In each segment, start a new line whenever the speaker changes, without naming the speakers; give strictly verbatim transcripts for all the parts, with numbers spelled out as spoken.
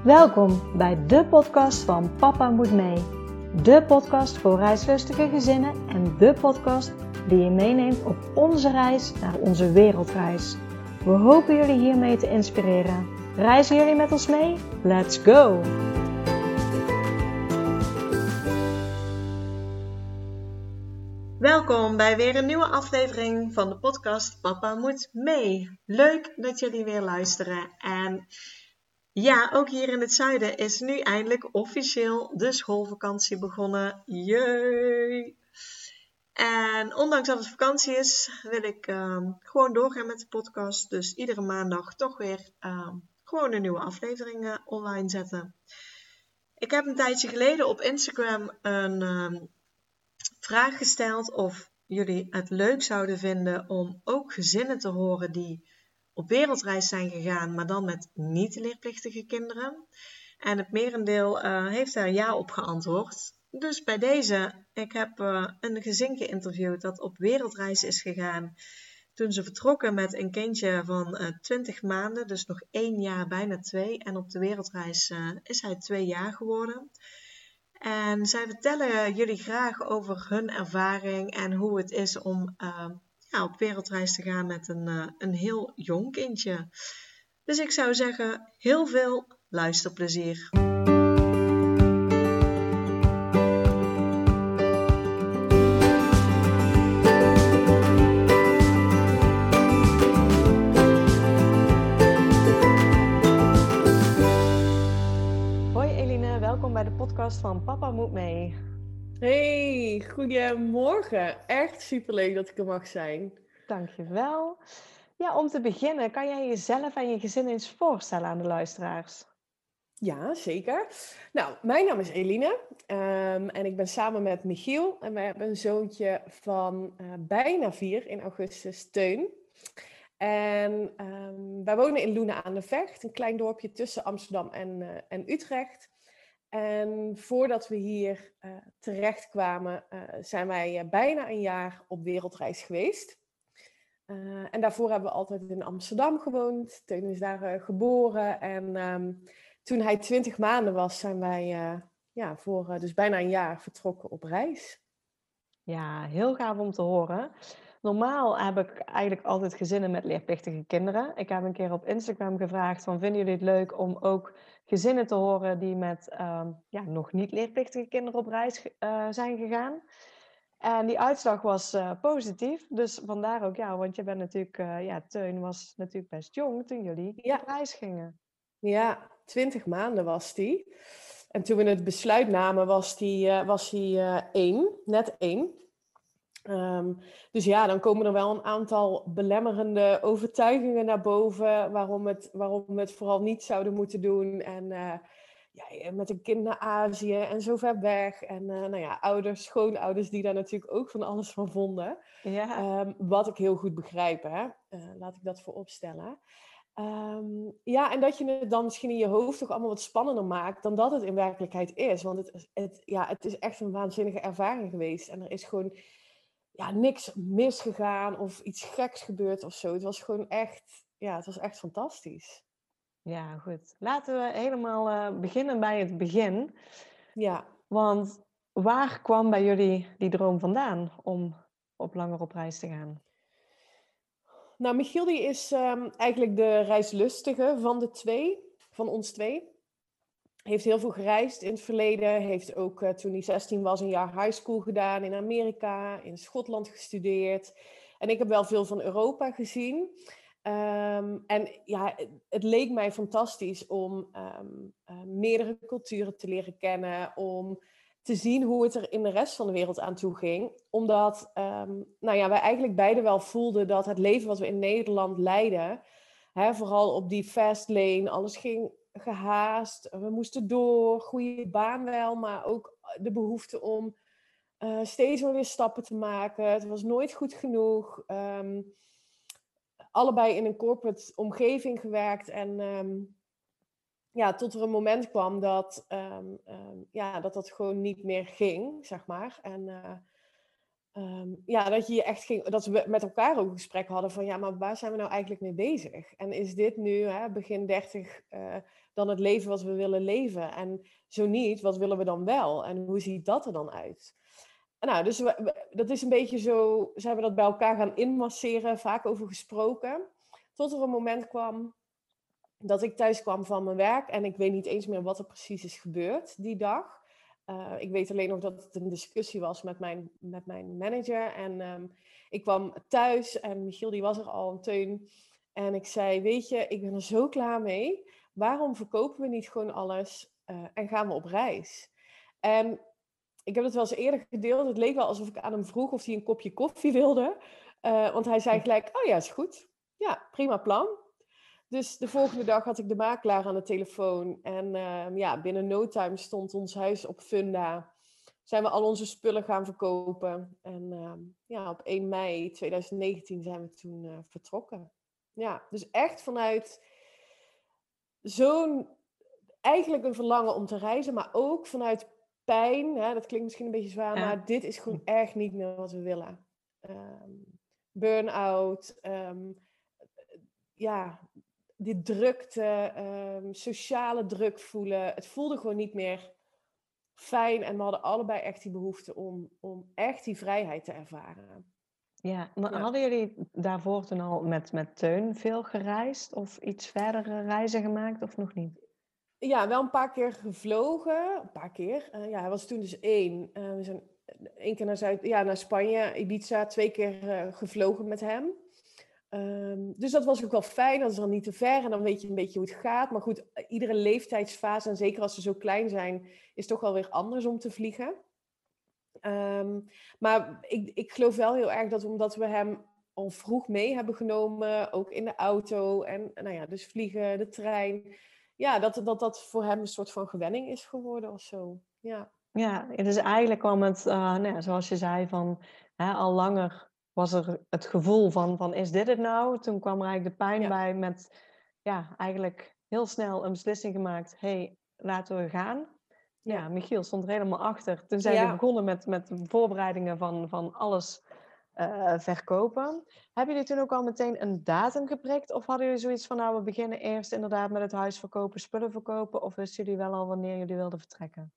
Welkom bij de podcast van Papa Moet Mee. De podcast voor reislustige gezinnen en de podcast die je meeneemt op onze reis naar onze wereldreis. We hopen jullie hiermee te inspireren. Reizen jullie met ons mee? Let's go! Welkom bij weer een nieuwe aflevering van de podcast Papa Moet Mee. Leuk dat jullie weer luisteren. En ja, ook hier in het zuiden is nu eindelijk officieel de schoolvakantie begonnen. Jee! En ondanks dat het vakantie is, wil ik uh, gewoon doorgaan met de podcast. Dus iedere maandag toch weer uh, gewoon een nieuwe aflevering uh, online zetten. Ik heb een tijdje geleden op Instagram een uh, vraag gesteld of jullie het leuk zouden vinden om ook gezinnen te horen die op wereldreis zijn gegaan, maar dan met niet-leerplichtige kinderen. En het merendeel uh, heeft daar ja op geantwoord. Dus bij deze, ik heb uh, een gezin geïnterviewd dat op wereldreis is gegaan. Toen ze vertrokken met een kindje van uh, twintig maanden, dus nog één jaar, bijna twee. En op de wereldreis uh, is hij twee jaar geworden. En zij vertellen jullie graag over hun ervaring en hoe het is om uh, ja, op wereldreis te gaan met een, uh, een heel jong kindje. Dus ik zou zeggen, heel veel luisterplezier. Hoi Eline, welkom bij de podcast van Papa Moet Mee.
Hey, goedemorgen. Echt superleuk dat ik er mag zijn.
Dankjewel. Ja, om te beginnen, kan jij jezelf en je gezin eens voorstellen aan de luisteraars?
Ja, zeker. Nou, mijn naam is Eline um, en ik ben samen met Michiel. En wij hebben een zoontje van uh, bijna vier in augustus, Teun. En um, wij wonen in Loenen aan de Vecht, een klein dorpje tussen Amsterdam en, uh, en Utrecht. En voordat we hier uh, terecht kwamen, uh, zijn wij uh, bijna een jaar op wereldreis geweest. Uh, en daarvoor hebben we altijd in Amsterdam gewoond. Teun is daar uh, geboren. En um, toen hij twintig maanden was, zijn wij uh, ja, voor uh, dus bijna een jaar vertrokken op reis.
Ja, heel gaaf om te horen. Normaal heb ik eigenlijk altijd gezinnen met leerplichtige kinderen. Ik heb een keer op Instagram gevraagd van, vinden jullie het leuk om ook gezinnen te horen die met um, ja, nog niet leerplichtige kinderen op reis uh, zijn gegaan? En die uitslag was uh, positief, dus vandaar ook ja, want je bent natuurlijk, uh, ja, Teun was natuurlijk best jong toen jullie
ja.
op reis gingen.
Ja, twintig maanden was die. En toen we het besluit namen was die, uh, was hij uh, één, net één. Um, dus ja, dan komen er wel een aantal belemmerende overtuigingen naar boven waarom, het, waarom we het vooral niet zouden moeten doen. En uh, ja, met een kind naar Azië en zo ver weg. En uh, nou ja, ouders, schoonouders die daar natuurlijk ook van alles van vonden.
Ja.
Um, wat ik heel goed begrijp, hè. Uh, laat ik dat voorop stellen. Um, ja, en dat je het dan misschien in je hoofd toch allemaal wat spannender maakt dan dat het in werkelijkheid is. Want het, het, ja, het is echt een waanzinnige ervaring geweest. En er is gewoon ja, niks misgegaan of iets geks gebeurd of zo. Het was gewoon echt, ja, het was echt fantastisch.
Ja, goed. Laten we helemaal uh, beginnen bij het begin.
Ja.
Want waar kwam bij jullie die droom vandaan om op langer op reis te gaan?
Nou, Michiel die is um, eigenlijk de reislustige van de twee, van ons twee. Heeft heel veel gereisd in het verleden. Heeft ook uh, toen hij zestien was een jaar high school gedaan in Amerika, in Schotland gestudeerd. En ik heb wel veel van Europa gezien. Um, en ja, het, het leek mij fantastisch om um, uh, meerdere culturen te leren kennen, om te zien hoe het er in de rest van de wereld aan toe ging. Omdat um, nou ja, wij eigenlijk beide wel voelden dat het leven wat we in Nederland leiden, hè, vooral op die fast lane, alles ging gehaast, we moesten door, goede baan wel, maar ook de behoefte om uh, steeds maar weer stappen te maken. Het was nooit goed genoeg. Um, allebei in een corporate omgeving gewerkt en um, ja, tot er een moment kwam dat, um, um, ja, dat dat gewoon niet meer ging, zeg maar. En uh, Um, ja, dat je je echt ging, dat we met elkaar ook een gesprek hadden van ja, maar waar zijn we nou eigenlijk mee bezig? En is dit nu, hè, begin dertig, uh, dan het leven wat we willen leven? En zo niet, wat willen we dan wel? En hoe ziet dat er dan uit? En nou, dus we, we, dat is een beetje zo, zijn we dat bij elkaar gaan inmasseren, vaak over gesproken. Tot er een moment kwam dat ik thuis kwam van mijn werk en ik weet niet eens meer wat er precies is gebeurd die dag. Uh, ik weet alleen nog dat het een discussie was met mijn, met mijn manager. En um, ik kwam thuis en Michiel die was er al, een Teun. En ik zei, weet je, ik ben er zo klaar mee. Waarom verkopen we niet gewoon alles uh, en gaan we op reis? En ik heb het wel eens eerder gedeeld. Het leek wel alsof ik aan hem vroeg of hij een kopje koffie wilde. Uh, want hij zei gelijk, oh ja, is goed. Ja, prima plan. Dus de volgende dag had ik de makelaar aan de telefoon. En uh, ja, binnen no time stond ons huis op Funda. Zijn we al onze spullen gaan verkopen. En uh, ja, op één mei tweeduizend negentien zijn we toen uh, vertrokken. Ja, dus echt vanuit zo'n... Eigenlijk een verlangen om te reizen, maar ook vanuit pijn. Hè, dat klinkt misschien een beetje zwaar, ja. Maar dit is gewoon echt niet meer wat we willen. Um, burn-out. Um, ja... die drukte, um, sociale druk voelen. Het voelde gewoon niet meer fijn. En we hadden allebei echt die behoefte om, om echt die vrijheid te ervaren.
Ja, maar ja. Hadden jullie daarvoor toen al met, met Teun veel gereisd? Of iets verdere reizen gemaakt of nog niet?
Ja, wel een paar keer gevlogen. Een paar keer. Uh, ja, hij was toen dus één. Uh, we zijn één keer naar, Zuid, ja, naar Spanje, Ibiza. Twee keer uh, gevlogen met hem. Um, dus dat was ook wel fijn, dat is dan niet te ver en dan weet je een beetje hoe het gaat. Maar goed, iedere leeftijdsfase, en zeker als ze zo klein zijn, is toch wel weer anders om te vliegen. Um, maar ik, ik geloof wel heel erg dat omdat we hem al vroeg mee hebben genomen, ook in de auto en nou ja, dus vliegen, de trein. Ja, dat dat, dat voor hem een soort van gewenning is geworden of zo. Ja,
ja dus eigenlijk kwam het, uh, nou ja, zoals je zei, van hè, al langer was er het gevoel van, van is dit het nou? Toen kwam er eigenlijk de pijn ja. bij met ja, eigenlijk heel snel een beslissing gemaakt. Hé, hey, laten we gaan. Ja, ja, Michiel stond er helemaal achter. Toen zijn ja. we begonnen met, met de voorbereidingen van, van alles uh, verkopen. Hebben jullie toen ook al meteen een datum geprikt? Of hadden jullie zoiets van, nou, we beginnen eerst inderdaad met het huis verkopen, spullen verkopen? Of wisten jullie wel al wanneer jullie wilden vertrekken?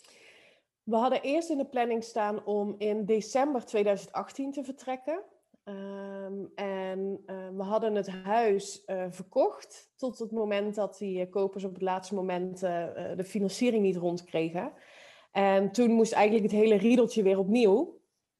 We hadden eerst in de planning staan om in december tweeduizend achttien te vertrekken. Um, en uh, we hadden het huis uh, verkocht tot het moment dat die uh, kopers op het laatste moment uh, de financiering niet rondkregen. En toen moest eigenlijk het hele riedeltje weer opnieuw.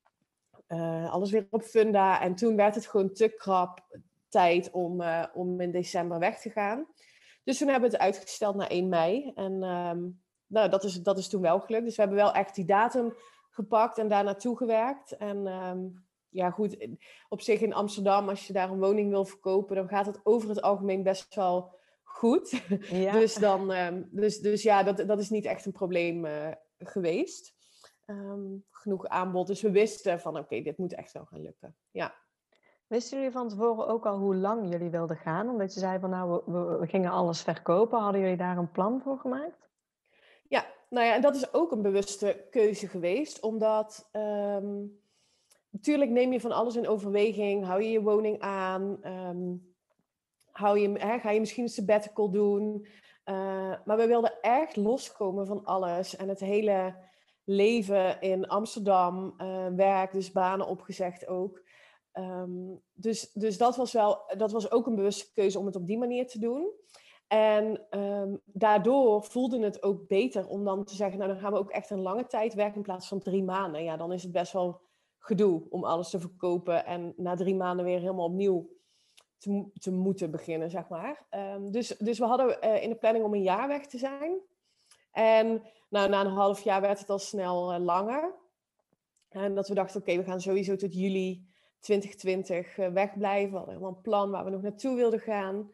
Uh, alles weer op Funda. En toen werd het gewoon te krap tijd om, uh, om in december weg te gaan. Dus toen hebben we het uitgesteld naar één mei. En um, nou, dat is, dat is toen wel gelukt. Dus we hebben wel echt die datum gepakt en daar naartoe gewerkt. En... Um, Ja, goed, op zich in Amsterdam, als je daar een woning wil verkopen, dan gaat het over het algemeen best wel goed. Ja. Dus, dan, um, dus, dus ja, dat, dat is niet echt een probleem uh, geweest. Um, genoeg aanbod. Dus we wisten van, oké, okay, dit moet echt wel gaan lukken. Ja.
Wisten jullie van tevoren ook al hoe lang jullie wilden gaan? Omdat je zei van, nou, we, we, we gingen alles verkopen. Hadden jullie daar een plan voor gemaakt?
Ja, nou ja, en dat is ook een bewuste keuze geweest. Omdat... Um, Natuurlijk neem je van alles in overweging. Hou je je woning aan? Um, hou je, hè, ga je misschien een sabbatical doen? Uh, maar we wilden echt loskomen van alles. En het hele leven in Amsterdam. Uh, werk, dus banen opgezegd ook. Um, dus dus dat, was wel, dat was ook een bewuste keuze om het op die manier te doen. En um, daardoor voelde het ook beter om dan te zeggen... nou, dan gaan we ook echt een lange tijd werken in plaats van drie maanden. Ja, dan is het best wel... gedoe om alles te verkopen en na drie maanden weer helemaal opnieuw te, te moeten beginnen, zeg maar. Um, dus, dus we hadden uh, in de planning om een jaar weg te zijn. En nou, na een half jaar werd het al snel uh, langer. En dat we dachten, oké, okay, we gaan sowieso tot juli twintig twintig uh, wegblijven. We hadden helemaal een plan waar we nog naartoe wilden gaan.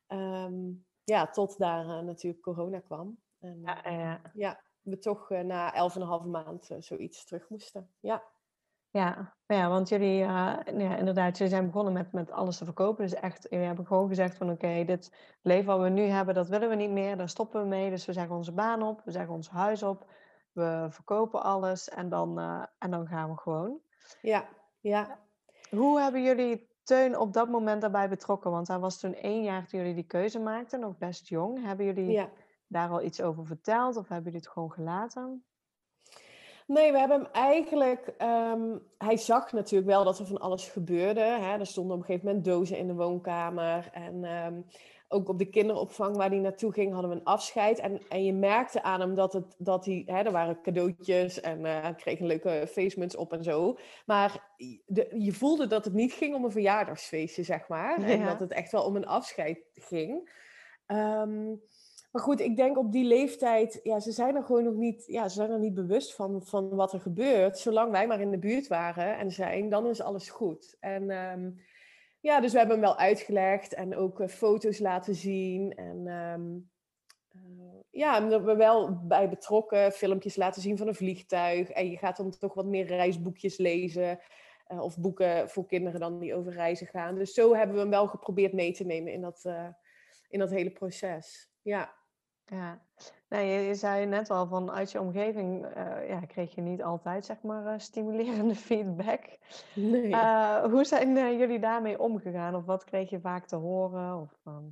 Um, ja, tot daar uh, natuurlijk corona kwam. En, uh, ja, ja. ja, we toch uh, na elf en een halve maand uh, zoiets terug moesten. Ja.
Ja, ja, want jullie, uh, ja, inderdaad, jullie zijn begonnen met, met alles te verkopen. Dus echt, jullie hebben gewoon gezegd van oké, okay, dit leven wat we nu hebben, dat willen we niet meer. Daar stoppen we mee. Dus we zeggen onze baan op, we zeggen ons huis op. we verkopen alles en dan, uh, en dan gaan we gewoon.
Ja, ja.
Hoe hebben jullie Teun op dat moment daarbij betrokken? Want hij was toen één jaar toen jullie die keuze maakten, nog best jong. Hebben jullie
ja.
daar al iets over verteld of hebben jullie het gewoon gelaten?
Nee, we hebben hem eigenlijk... Um, hij zag natuurlijk wel dat er van alles gebeurde. Hè? Er stonden op een gegeven moment dozen in de woonkamer. En um, ook op de kinderopvang waar hij naartoe ging, hadden we een afscheid. En, en je merkte aan hem dat, het, dat hij... Hè, er waren cadeautjes en uh, hij kreeg een leuke feestmuts op en zo. Maar de, je voelde dat het niet ging om een verjaardagsfeestje, zeg maar. Ja. En dat het echt wel om een afscheid ging. Um, Maar goed, ik denk op die leeftijd, ja, ze zijn er gewoon nog niet, ja, ze zijn er niet bewust van, van wat er gebeurt. Zolang wij maar in de buurt waren en zijn, dan is alles goed. En um, ja, dus we hebben hem wel uitgelegd en ook uh, foto's laten zien. En um, uh, ja, en er we wel bij betrokken, filmpjes laten zien van een vliegtuig. En je gaat dan toch wat meer reisboekjes lezen. Uh, of boeken voor kinderen dan die over reizen gaan. Dus zo hebben we hem wel geprobeerd mee te nemen in dat, uh, in dat hele proces. Ja.
Ja, nou, je, je zei net al van uit je omgeving uh, ja, kreeg je niet altijd zeg maar uh, stimulerende feedback.
Nee.
Uh, hoe zijn uh, jullie daarmee omgegaan? Of wat kreeg je vaak te horen? Of, um...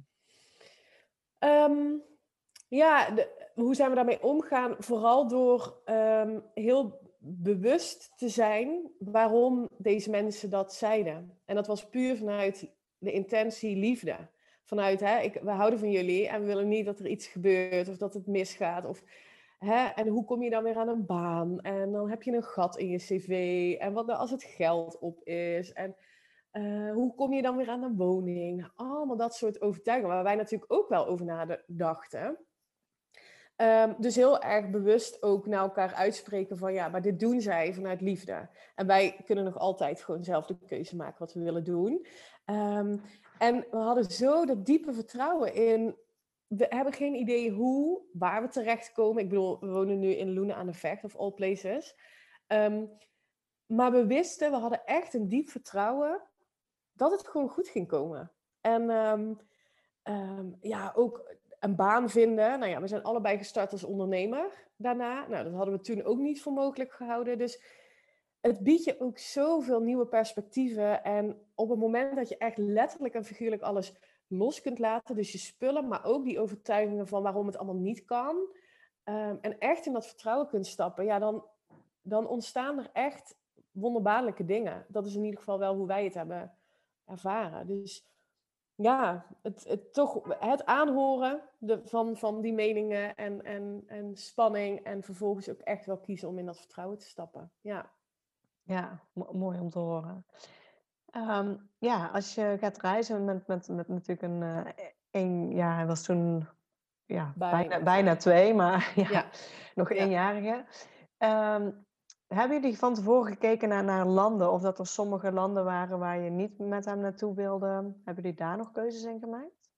um, ja, de, hoe zijn we daarmee omgegaan? Vooral door um, heel bewust te zijn waarom deze mensen dat zeiden. En dat was puur vanuit de intentie liefde. Vanuit, hè, ik, we houden van jullie en we willen niet dat er iets gebeurt of dat het misgaat. Of, hè, en hoe kom je dan weer aan een baan? En dan heb je een gat in je cv. En wat nou als het geld op is? En uh, hoe kom je dan weer aan een woning? Allemaal dat soort overtuigingen waar wij natuurlijk ook wel over nadachten. Um, dus heel erg bewust ook naar elkaar uitspreken van ja, maar dit doen zij vanuit liefde. En wij kunnen nog altijd gewoon zelf de keuze maken wat we willen doen. Um, en we hadden zo dat diepe vertrouwen in, we hebben geen idee hoe, waar we terechtkomen. Ik bedoel, we wonen nu in Loenen aan de Vecht, of all places. Um, maar we wisten, we hadden echt een diep vertrouwen dat het gewoon goed ging komen. En um, um, ja, ook een baan vinden. Nou ja, we zijn allebei gestart als ondernemer daarna. Nou, dat hadden we toen ook niet voor mogelijk gehouden. Dus het biedt je ook zoveel nieuwe perspectieven. En op het moment dat je echt letterlijk en figuurlijk alles los kunt laten, dus je spullen, maar ook die overtuigingen van waarom het allemaal niet kan, um, en echt in dat vertrouwen kunt stappen, ja, dan, dan ontstaan er echt wonderbaarlijke dingen. Dat is in ieder geval wel hoe wij het hebben ervaren. Dus ja, het, het, toch, het aanhoren de, van, van die meningen en, en, en spanning. En vervolgens ook echt wel kiezen om in dat vertrouwen te stappen. Ja,
ja mo- mooi om te horen. Um, ja, als je gaat reizen met, met, met natuurlijk een... Uh, een ja, hij was toen ja, bijna, bijna, bijna twee, maar ja, ja. nog ja. eenjarige. Um, Hebben jullie van tevoren gekeken naar, naar landen? Of dat er sommige landen waren waar je niet met hem naartoe wilde? Hebben jullie daar nog keuzes in gemaakt?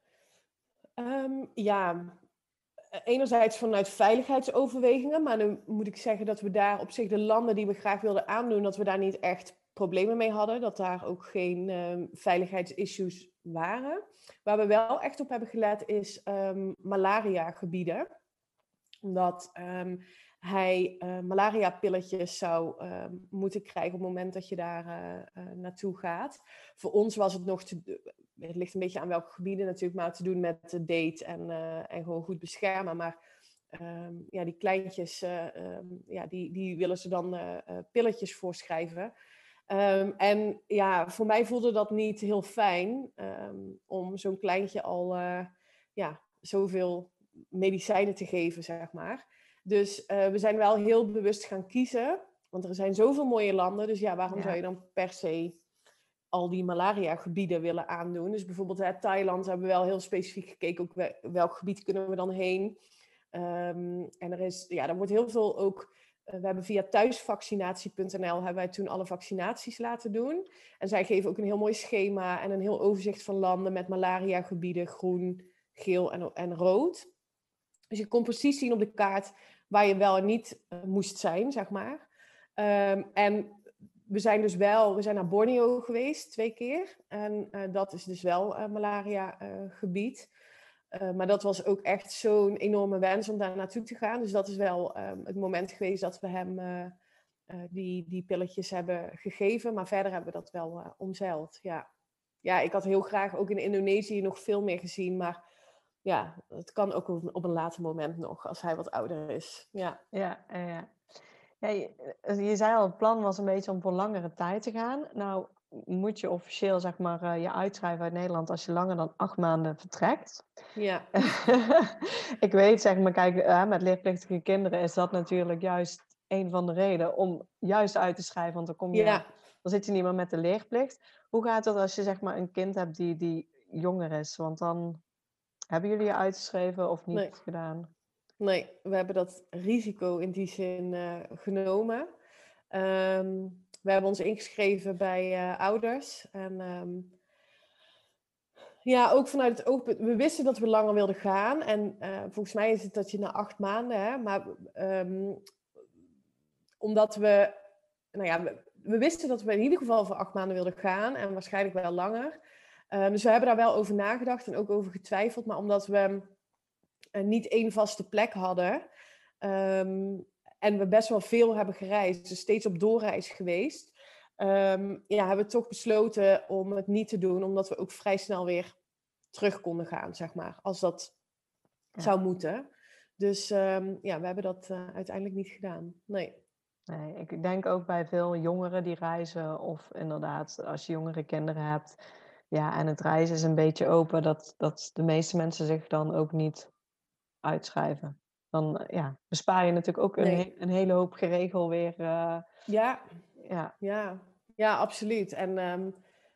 Um, ja, enerzijds vanuit veiligheidsoverwegingen. Maar nu moet ik zeggen dat we daar op zich de landen die we graag wilden aandoen, dat we daar niet echt problemen mee hadden. Dat daar ook geen um, veiligheidsissues waren. Waar we wel echt op hebben gelet is um, malaria-gebieden. Omdat um, hij uh, malaria-pilletjes zou uh, moeten krijgen op het moment dat je daar uh, uh, naartoe gaat. Voor ons was het nog te... Het ligt een beetje aan welke gebieden natuurlijk, maar te doen met de date en, uh, en gewoon goed beschermen. Maar um, ja, die kleintjes, uh, um, ja, die, die willen ze dan uh, uh, pilletjes voorschrijven. Um, en ja, voor mij voelde dat niet heel fijn um, om zo'n kleintje al uh, ja, zoveel medicijnen te geven, zeg maar. Dus uh, we zijn wel heel bewust gaan kiezen. Want er zijn zoveel mooie landen. Dus ja, waarom ja. zou je dan per se al die malaria-gebieden willen aandoen? Dus bijvoorbeeld hè, Thailand hebben we wel heel specifiek gekeken. Ook we, welk gebied kunnen we dan heen? Um, en er is, ja, er wordt heel veel ook... Uh, we hebben via thuisvaccinatie punt n l hebben wij toen alle vaccinaties laten doen. En zij geven ook een heel mooi schema en een heel overzicht van landen met malaria-gebieden, groen, geel en, en rood. Dus je kon precies zien op de kaart waar je wel en niet uh, moest zijn, zeg maar. Um, en we zijn dus wel, we zijn naar Borneo geweest, twee keer. En uh, dat is dus wel uh, malaria uh, gebied. Uh, maar dat was ook echt zo'n enorme wens om daar naartoe te gaan. Dus dat is wel um, het moment geweest dat we hem uh, uh, die, die pilletjes hebben gegeven. Maar verder hebben we dat wel uh, omzeild, ja. Ja, ik had heel graag ook in Indonesië nog veel meer gezien. Maar ja, het kan ook op, op een later moment nog, als hij wat ouder is. Ja,
ja, uh, ja. ja je, je zei al, het plan was een beetje om voor langere tijd te gaan. Nou moet je officieel zeg maar uh, je uitschrijven uit Nederland als je langer dan acht maanden vertrekt.
Ja.
Ik weet zeg maar, kijk, uh, met leerplichtige kinderen is dat natuurlijk juist een van de redenen om juist uit te schrijven, want dan kom je,
Ja.
dan zit je niet meer met de leerplicht. Hoe gaat het als je zeg maar een kind hebt die, die jonger is? Want dan hebben jullie je uitgeschreven of niet
nee.
gedaan?
Nee, we hebben dat risico in die zin uh, genomen. Um, we hebben ons ingeschreven bij uh, ouders. En um, ja, ook vanuit het oogpunt. We wisten dat we langer wilden gaan. En uh, volgens mij is het dat je na acht maanden. Hè, maar um, omdat we. Nou ja, we, we wisten dat we in ieder geval voor acht maanden wilden gaan. En waarschijnlijk wel langer. Um, dus we hebben daar wel over nagedacht en ook over getwijfeld. Maar omdat we uh, niet één vaste plek hadden. Um, en we best wel veel hebben gereisd. Dus steeds op doorreis geweest. Um, ja, hebben we toch besloten om het niet te doen. Omdat we ook vrij snel weer terug konden gaan, zeg maar. Als dat ja. zou moeten. Dus um, ja, we hebben dat uh, uiteindelijk niet gedaan. Nee.
Nee, ik denk ook bij veel jongeren die reizen. Of inderdaad, als je jongere kinderen hebt. Ja, en het reizen is een beetje open. Dat, dat de meeste mensen zich dan ook niet uitschrijven. Dan ja, bespaar je natuurlijk ook nee. een, een hele hoop geregel weer. Uh,
ja.
Ja.
Ja. Ja, absoluut. En um,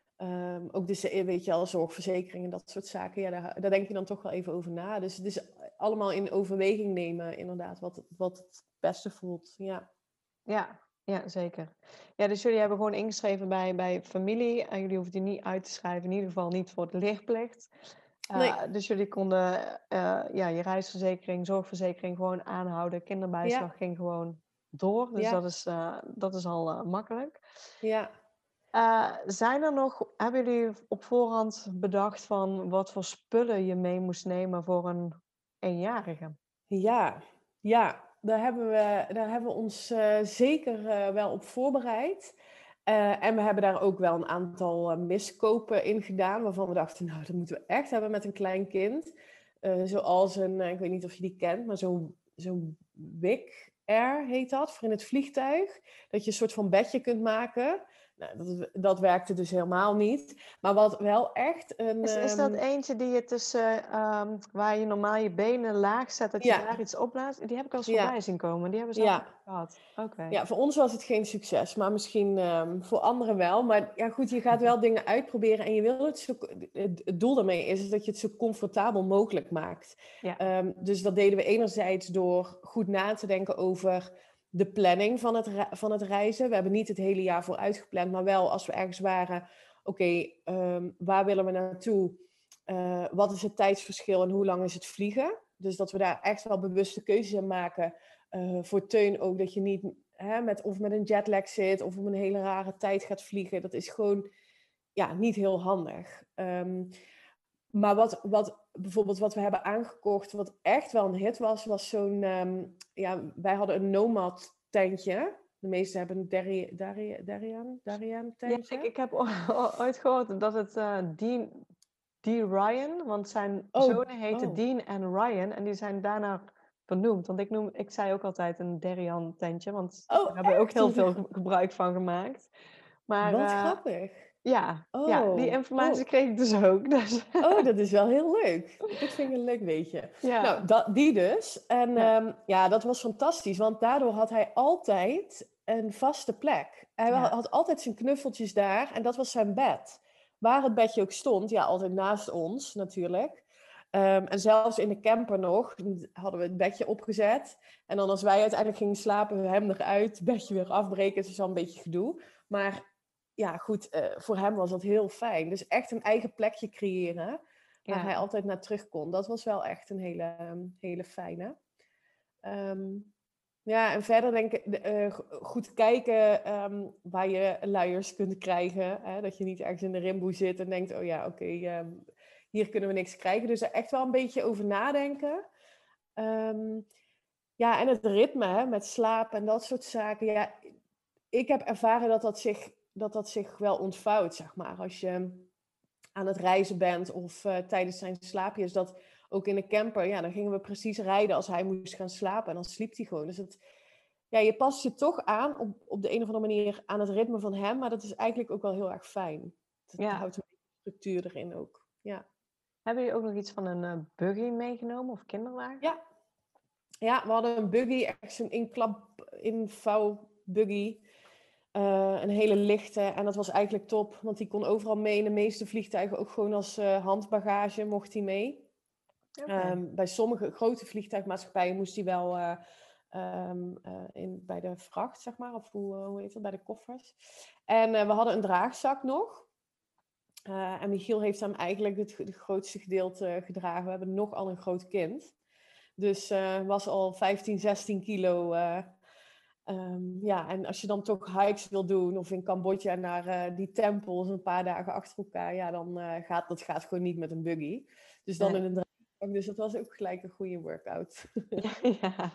um, ook dus, weet je, al zorgverzekering en dat soort zaken. Ja, daar, daar denk je dan toch wel even over na. Dus het is allemaal in overweging nemen, inderdaad, wat, wat het beste voelt. Ja.
Ja, ja, zeker. Ja, dus jullie hebben gewoon ingeschreven bij, bij familie. En jullie hoeven die niet uit te schrijven, in ieder geval niet voor de leerplicht. Uh, nee. Dus jullie konden uh, ja, je reisverzekering, zorgverzekering gewoon aanhouden. Kinderbijslag ja. ging gewoon door. Dus ja. dat, is, uh, dat is al uh, makkelijk.
Ja.
Uh, zijn er nog, hebben jullie op voorhand bedacht van wat voor spullen je mee moest nemen voor een eenjarige?
Ja, ja. Daar hebben we, daar hebben we ons uh, zeker uh, wel op voorbereid. Uh, en we hebben daar ook wel een aantal uh, miskopen in gedaan. Waarvan we dachten, nou, dat moeten we echt hebben met een klein kind. Uh, zoals een, uh, ik weet niet of je die kent, maar zo'n, zo'n Wick Air heet dat, voor in het vliegtuig. Dat je een soort van bedje kunt maken. Nou, dat, dat werkte dus helemaal niet. Maar wat wel echt een...
Is, is dat eentje die je tussen... Um, waar je normaal je benen laag zet, dat je ja. daar iets opblaast? Die heb ik al eens ja. voorbij zien komen. Die hebben ze
ja.
al gehad. Okay.
Ja, voor ons was het geen succes. Maar misschien um, voor anderen wel. Maar ja, goed, je gaat wel dingen uitproberen. En je wil het zo... Het doel daarmee is dat je het zo comfortabel mogelijk maakt. Ja. Um, dus dat deden we enerzijds door goed na te denken over... de planning van het, van het reizen. We hebben niet het hele jaar voor uitgepland, maar wel als we ergens waren... Oké, okay, um, waar willen we naartoe? Uh, wat is het tijdsverschil en hoe lang is het vliegen? Dus dat we daar echt wel bewuste keuzes in maken. Uh, voor Teun ook, dat je niet hè, met, of met een jetlag zit... of op een hele rare tijd gaat vliegen. Dat is gewoon ja, niet heel handig. Um, maar wat, wat bijvoorbeeld wat we hebben aangekocht... wat echt wel een hit was, was zo'n... Um, ja, wij hadden een Nomad tentje. De meesten hebben een Darian, Darian, Darian, Darian tentje.
Ja, ik, ik heb ooit gehoord dat het uh, Dean, Dean Ryan... want zijn oh, zonen heten oh. Dean en Ryan... en die zijn daarna benoemd. Want ik, noem, ik zei ook altijd een Darian tentje... want
oh,
daar hebben we ook heel veel gebruik van gemaakt. Maar,
wat
uh,
grappig.
Ja, oh. ja, die informatie oh. kreeg ik dus ook. Dus.
Oh, dat is wel heel leuk. Dit vind ik een leuk weetje. Ja. Nou, dat, die dus. En ja. Um, ja, dat was fantastisch. Want daardoor had hij altijd een vaste plek. Hij ja. had altijd zijn knuffeltjes daar. En dat was zijn bed. Waar het bedje ook stond. Ja, altijd naast ons natuurlijk. Um, en zelfs in de camper nog hadden we het bedje opgezet. En dan als wij uiteindelijk gingen slapen, we hem eruit. Het bedje weer afbreken. Het is al een beetje gedoe. Maar... Ja, goed, uh, voor hem was dat heel fijn. Dus echt een eigen plekje creëren, waar ja. hij altijd naar terug kon. Dat was wel echt een hele, um, hele fijne. Um, ja, en verder denk ik, uh, goed kijken um, waar je luiers kunt krijgen. Hè? Dat je niet ergens in de rimboe zit en denkt, oh ja, oké, okay, um, hier kunnen we niks krijgen. Dus er echt wel een beetje over nadenken. Um, ja, en het ritme, hè, met slaap en dat soort zaken. Ja, ik heb ervaren dat dat zich, dat dat zich wel ontvouwt, zeg maar. Als je aan het reizen bent of uh, tijdens zijn slaapjes, dat ook in de camper, ja, dan gingen we precies rijden als hij moest gaan slapen en dan sliep hij gewoon. Dus het, ja, je past je toch aan op, op de een of andere manier aan het ritme van hem, maar dat is eigenlijk ook wel heel erg fijn. Het
Ja.
houdt een beetje structuur erin ook. Ja.
Hebben jullie ook nog iets van een uh, buggy meegenomen of kinderwagen?
Ja. Ja, we hadden een buggy, echt zo'n inklap, invouw buggy. Uh, een hele lichte. En dat was eigenlijk top, want die kon overal mee. In de meeste vliegtuigen ook gewoon als uh, handbagage mocht hij mee. Okay. Um, bij sommige grote vliegtuigmaatschappijen moest hij wel uh, um, uh, in, bij de vracht, zeg maar. Of hoe, uh, hoe heet dat? Bij de koffers. En uh, we hadden een draagzak nog. Uh, en Michiel heeft hem eigenlijk het, het grootste gedeelte gedragen. We hebben nog al een groot kind. Dus uh, was al vijftien, zestien kilo. Uh, um, ja, en als je dan toch hikes wil doen of in Cambodja naar uh, die tempels een paar dagen achter elkaar, ja, dan uh, gaat dat gaat gewoon niet met een buggy. Dus dan nee. in een draagzak. Dus dat was ook gelijk een goede workout.
Ja.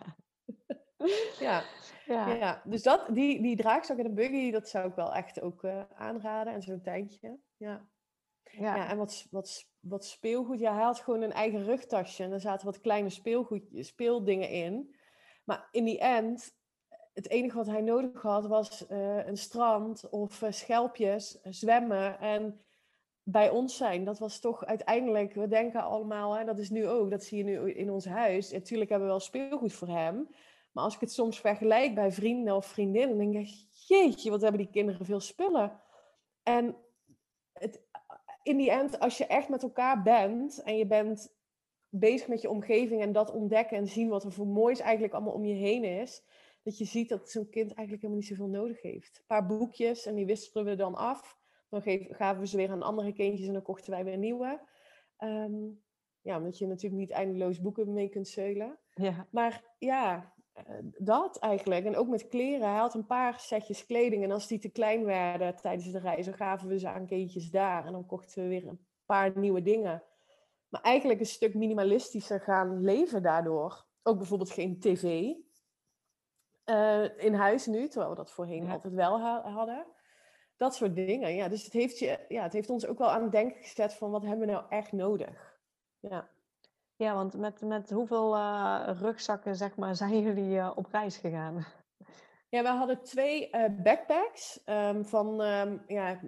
ja. Ja. ja. Dus dat, die, die draagzak en een buggy, dat zou ik wel echt ook uh, aanraden. En zo'n tentje. Ja. Ja. ja, en wat, wat, wat speelgoed. Ja, hij had gewoon een eigen rugtasje. En er zaten wat kleine speelgoed, speeldingen in. Maar in die end, het enige wat hij nodig had, was uh, een strand of uh, schelpjes, zwemmen en bij ons zijn. Dat was toch uiteindelijk, we denken allemaal, hè, dat is nu ook, dat zie je nu in ons huis. Natuurlijk hebben we wel speelgoed voor hem. Maar als ik het soms vergelijk bij vrienden of vriendinnen, dan denk ik, jeetje, wat hebben die kinderen veel spullen. En het... in die end, als je echt met elkaar bent en je bent bezig met je omgeving en dat ontdekken en zien wat er voor moois eigenlijk allemaal om je heen is, dat je ziet dat zo'n kind eigenlijk helemaal niet zoveel nodig heeft. Een paar boekjes en die wisselden we dan af. Dan gaven we ze weer aan andere kindjes en dan kochten wij weer nieuwe. Um, ja, omdat je natuurlijk niet eindeloos boeken mee kunt zeulen.
Ja.
Maar ja, dat eigenlijk. En ook met kleren. Hij had een paar setjes kleding. En als die te klein werden tijdens de reis, dan gaven we ze aan kindjes daar. En dan kochten we weer een paar nieuwe dingen. Maar eigenlijk een stuk minimalistischer gaan leven daardoor. Ook bijvoorbeeld geen tv uh, in huis nu, terwijl we dat voorheen ja. altijd wel ha- hadden. Dat soort dingen. Ja, dus het heeft, je, ja, het heeft ons ook wel aan het denken gezet van wat hebben we nou echt nodig. Ja.
Ja, want met, met hoeveel uh, rugzakken, zeg maar, zijn jullie uh, op reis gegaan?
Ja, we hadden twee uh, backpacks um, van, um, ja,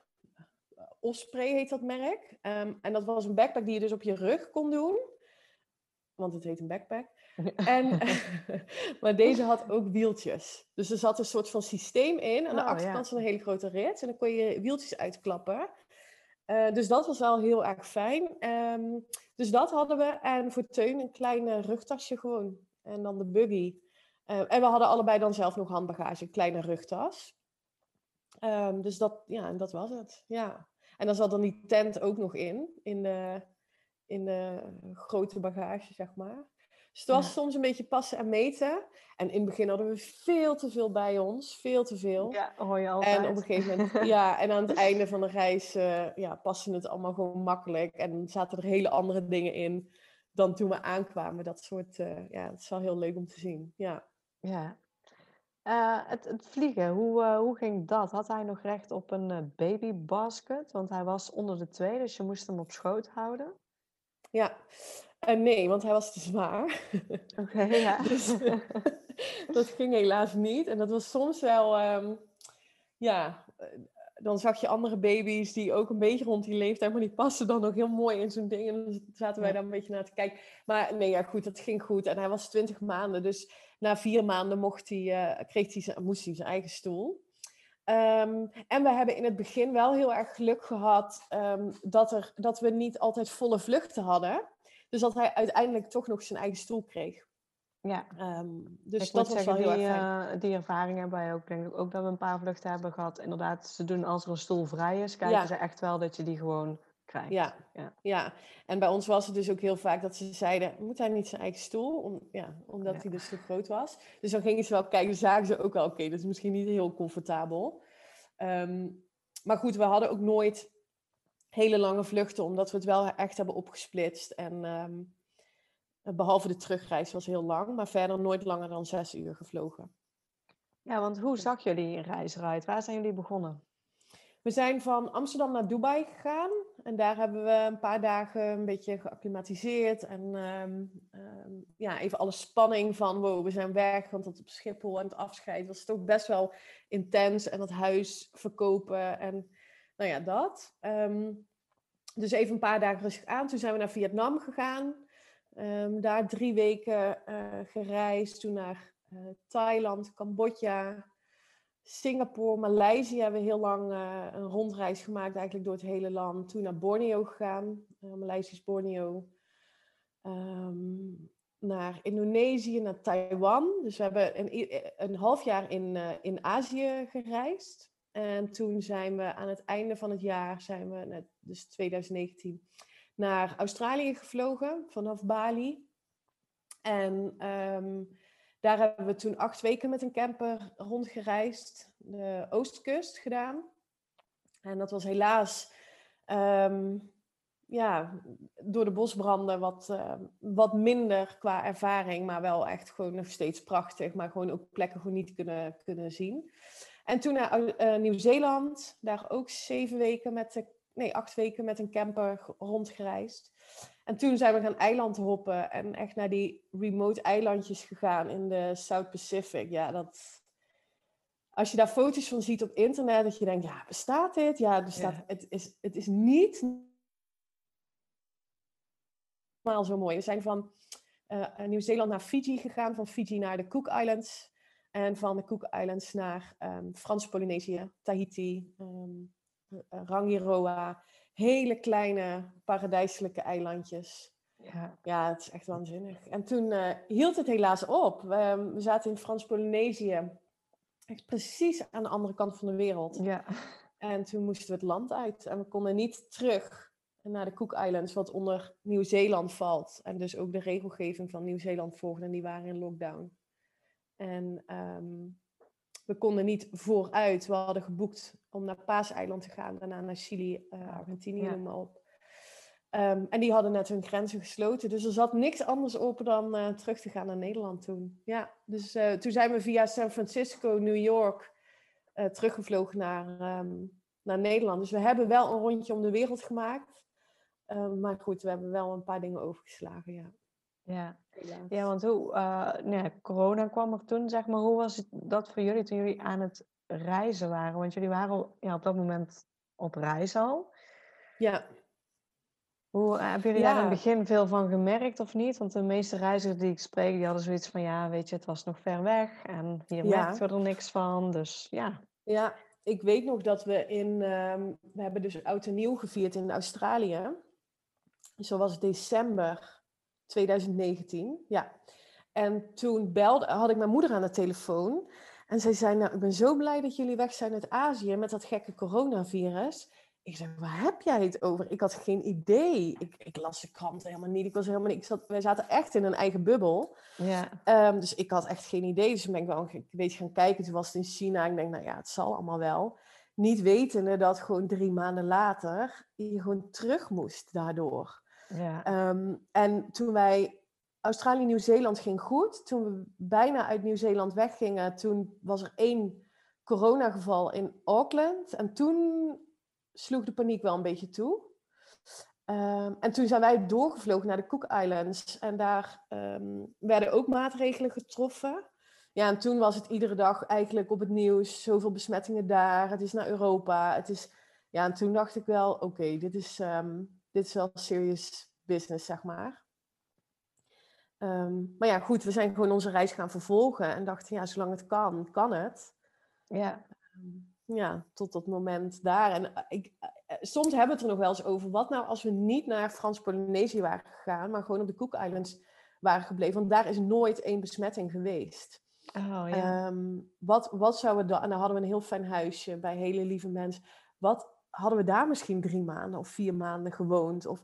Osprey heet dat merk. Um, en dat was een backpack die je dus op je rug kon doen. Want het heet een backpack. En, maar deze had ook wieltjes. Dus er zat een soort van systeem in. Aan de oh, achterkant ja. van een hele grote rits. En dan kon je wieltjes uitklappen. Uh, dus dat was wel heel erg fijn. Um, dus dat hadden we. En voor Teun een klein uh, rugtasje gewoon. En dan de buggy. Uh, en we hadden allebei dan zelf nog handbagage. Een kleine rugtas. Um, dus dat, ja, dat was het. Ja. En dan zat dan die tent ook nog in. In de, in de grote bagage, zeg maar. Dus het was ja. soms een beetje passen en meten. En in het begin hadden we veel te veel bij ons. Veel te veel.
Ja, hoor je altijd.
En op een gegeven moment, ja, en aan het einde van de reis uh, ja, passen het allemaal gewoon makkelijk. En zaten er hele andere dingen in dan toen we aankwamen. Dat soort, uh, ja, het is wel heel leuk om te zien. Ja.
Ja. Uh, het, het vliegen, hoe, uh, hoe ging dat? Had hij nog recht op een uh, babybasket? Want hij was onder de twee, dus je moest hem op schoot houden.
Ja, uh, nee, want hij was te zwaar.
Oké, okay, ja.
Dus uh, dat ging helaas niet. En dat was soms wel, um, ja, uh, dan zag je andere baby's die ook een beetje rond die leeftijd, maar die passen dan ook heel mooi in zo'n ding. En dan zaten wij ja. daar een beetje naar te kijken. Maar nee, ja, goed, dat ging goed. En hij was twintig maanden, dus na vier maanden mocht hij, uh, kreeg hij zijn, moest hij zijn eigen stoel. Um, en we hebben in het begin wel heel erg geluk gehad um, dat, er, dat we niet altijd volle vluchten hadden. Dus dat hij uiteindelijk toch nog zijn eigen stoel kreeg.
Ja,
um, dus
ik
dat was
zeggen,
wel heel
die,
erg fijn.
Uh, die ervaring hebben wij ook, denk ik, ook dat we een paar vluchten hebben gehad. Inderdaad, ze doen als er een stoel vrij is, kijken ja. ze echt wel dat je die gewoon krijgt.
Ja.
Ja.
ja, en bij ons was het dus ook heel vaak dat ze zeiden, moet hij niet zijn eigen stoel? Om, ja, omdat ja. hij dus te groot was. Dus dan gingen ze wel kijken, zagen ze ook wel, oké, okay, dat is misschien niet heel comfortabel. Um, maar goed, we hadden ook nooit hele lange vluchten, omdat we het wel echt hebben opgesplitst. En um, behalve de terugreis was heel lang, maar verder nooit langer dan zes uur gevlogen.
Ja, want hoe zag jullie reis eruit? Waar zijn jullie begonnen?
We zijn van Amsterdam naar Dubai gegaan. En daar hebben we een paar dagen een beetje geacclimatiseerd. En um, um, ja, even alle spanning van, wow, we zijn weg. Want dat op Schiphol en het afscheid was toch best wel intens. En dat huis verkopen en nou ja, dat. Um, dus even een paar dagen rustig aan. Toen zijn we naar Vietnam gegaan. Um, daar drie weken uh, gereisd. Toen naar uh, Thailand, Cambodja, Singapore, Maleisië hebben we heel lang uh, een rondreis gemaakt, eigenlijk door het hele land. Toen naar Borneo gegaan, uh, Maleisisch Borneo. Um, naar Indonesië, naar Taiwan. Dus we hebben een, een half jaar in, uh, in Azië gereisd. En toen zijn we aan het einde van het jaar, zijn we, dus twintig negentien, naar Australië gevlogen vanaf Bali. En um, daar hebben we toen acht weken met een camper rondgereisd, de Oostkust gedaan. En dat was helaas um, ja, door de bosbranden wat, uh, wat minder qua ervaring, maar wel echt gewoon nog steeds prachtig, maar gewoon ook plekken gewoon niet kunnen, kunnen zien. En toen naar uh, Nieuw-Zeeland, daar ook zeven weken met de, nee, acht weken met een camper rondgereisd. En toen zijn we gaan eiland hoppen en echt naar die remote eilandjes gegaan in de South Pacific. Ja, dat... Als je daar foto's van ziet op internet, dat je denkt, ja, bestaat dit? Ja, er staat, ja. Het, is, het is niet normaal zo mooi. We zijn van uh, Nieuw-Zeeland naar Fiji gegaan, van Fiji naar de Cook Islands. En van de Cook Islands naar um, Frans-Polynesië, Tahiti, um, Rangiroa. Hele kleine paradijselijke eilandjes.
Ja.
Ja, het is echt waanzinnig. En toen uh, hield het helaas op. We, we zaten in Frans-Polynesië, echt precies aan de andere kant van de wereld.
Ja.
En toen moesten we het land uit. En we konden niet terug naar de Cook Islands, wat onder Nieuw-Zeeland valt. En dus ook de regelgeving van Nieuw-Zeeland volgde. En die waren in lockdown. En um, we konden niet vooruit. We hadden geboekt om naar Paaseiland te gaan. Daarna naar Chili, uh, Argentinië, ja. noem maar op. Um, en die hadden net hun grenzen gesloten. Dus er zat niks anders open dan uh, terug te gaan naar Nederland toen. Ja, dus uh, toen zijn we via San Francisco, New York, uh, teruggevlogen naar, um, naar Nederland. Dus we hebben wel een rondje om de wereld gemaakt. Um, maar goed, we hebben wel een paar dingen overgeslagen, ja.
Ja, ja, want hoe, uh, nee, corona kwam er toen, zeg maar, hoe was het dat voor jullie toen jullie aan het reizen waren? Want jullie waren al, ja, op dat moment op reis al.
Ja.
Hoe, hebben jullie
ja.
daar in het begin veel van gemerkt of niet? Want de meeste reizigers die ik spreek, die hadden zoiets van, ja, weet je, het was nog ver weg en hier
ja.
merkten we er niks van, dus ja.
Ja, ik weet nog dat we in, um, we hebben dus Oud en Nieuw gevierd in Australië. Zo was het december twintig negentien, ja. En toen belde, had ik mijn moeder aan de telefoon. En zij zei, nou, ik ben zo blij dat jullie weg zijn uit Azië met dat gekke coronavirus. Ik zei, waar heb jij het over? Ik had geen idee. Ik, ik las de krant helemaal niet. Ik was helemaal niet. Ik zat, wij zaten echt in een eigen bubbel.
Ja.
Um, dus ik had echt geen idee. Dus toen ben ik wel een beetje gaan kijken. Toen was het in China. Ik denk, nou ja, het zal allemaal wel. Niet wetende dat gewoon drie maanden later je gewoon terug moest daardoor.
Ja.
Um, en toen wij Australië, Nieuw-Zeeland ging goed. Toen we bijna uit Nieuw-Zeeland weggingen, toen was er één coronageval in Auckland. En toen sloeg de paniek wel een beetje toe. Um, en toen zijn wij doorgevlogen naar de Cook Islands. En daar um, werden ook maatregelen getroffen. Ja, en toen was het iedere dag eigenlijk op het nieuws. Zoveel besmettingen daar. Het is naar Europa. Het is... Ja, en toen dacht ik wel, oké, okay, dit is, um, dit is wel serious business, zeg maar. Um, maar ja, goed, we zijn gewoon onze reis gaan vervolgen. En dachten, ja, zolang het kan, kan het.
Ja.
Um, ja, tot dat moment daar. En uh, ik, uh, soms hebben we het er nog wel eens over. Wat nou als we niet naar Frans-Polynesië waren gegaan, maar gewoon op de Cook Islands waren gebleven? Want daar is nooit één besmetting geweest.
Oh, ja.
Um, wat, wat zouden we dan... En dan hadden we een heel fijn huisje bij hele lieve mensen. Wat hadden we daar misschien drie maanden of vier maanden gewoond? Of...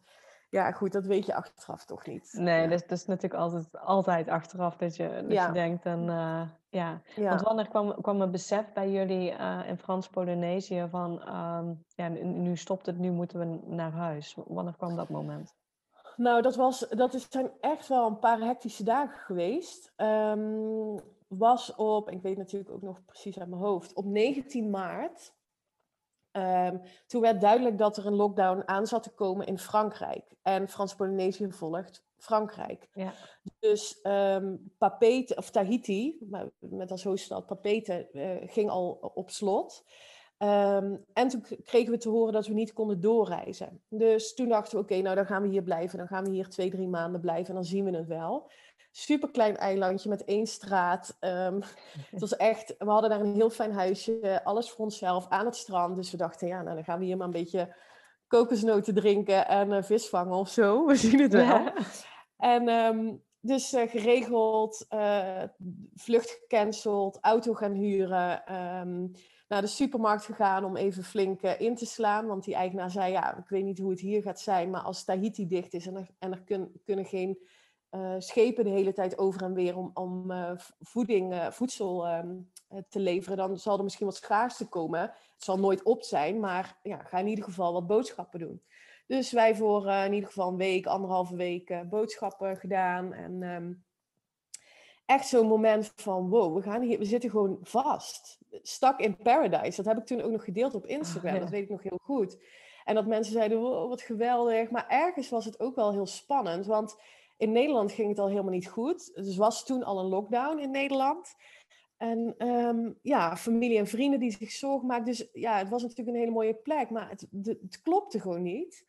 ja, goed, dat weet je achteraf toch niet.
Nee,
Ja,
dus dat is natuurlijk altijd, altijd achteraf dat je, dat je
ja,
denkt, en, uh, ja. Want
ja.
wanneer kwam, kwam het besef bij jullie uh, in Frans-Polynesië van, um, ja, nu, nu stopt het, nu moeten we naar huis. Wanneer kwam dat moment?
Nou, dat, was, dat is, zijn echt wel een paar hectische dagen geweest. Um, was op, ik weet natuurlijk ook nog precies uit mijn hoofd, op negentien maart. Um, toen werd duidelijk dat er een lockdown aan zat te komen in Frankrijk. En Frans-Polynesië volgt Frankrijk.
Ja.
Dus um, Papeete, of Tahiti, met als hoofdstad Papeete, uh, ging al op slot. Um, en toen kregen we te horen dat we niet konden doorreizen. Dus toen dachten we, oké, okay, nou dan gaan we hier blijven. Dan gaan we hier twee, drie maanden blijven en dan zien we het wel. Superklein eilandje met één straat. Um, het was echt, we hadden daar een heel fijn huisje. Alles voor onszelf aan het strand. Dus we dachten, ja, nou dan gaan we hier maar een beetje kokosnoten drinken en uh, vis vangen of zo. We zien het wel. Ja. En um, dus uh, geregeld, uh, vlucht gecanceld, auto gaan huren. Um, naar de supermarkt gegaan om even flink uh, in te slaan. Want die eigenaar zei, ja, ik weet niet hoe het hier gaat zijn. Maar als Tahiti dicht is en er, en er kun, kunnen geen uh, schepen de hele tijd over en weer om, om uh, voeding, uh, voedsel um, te leveren, dan zal er misschien wat schaarste komen. Het zal nooit op zijn, maar ja, ga in ieder geval wat boodschappen doen. Dus wij voor uh, in ieder geval een week, anderhalve week uh, boodschappen gedaan. En um, echt zo'n moment van, wow, we, gaan hier, we zitten gewoon vast. Stuck in paradise. Dat heb ik toen ook nog gedeeld op Instagram. Oh, ja. Dat weet ik nog heel goed. En dat mensen zeiden, wow, wat geweldig. Maar ergens was het ook wel heel spannend. Want in Nederland ging het al helemaal niet goed. Dus was toen al een lockdown in Nederland. En um, ja, familie en vrienden die zich zorgen maakten. Dus ja, het was natuurlijk een hele mooie plek. Maar het, het, het klopte gewoon niet.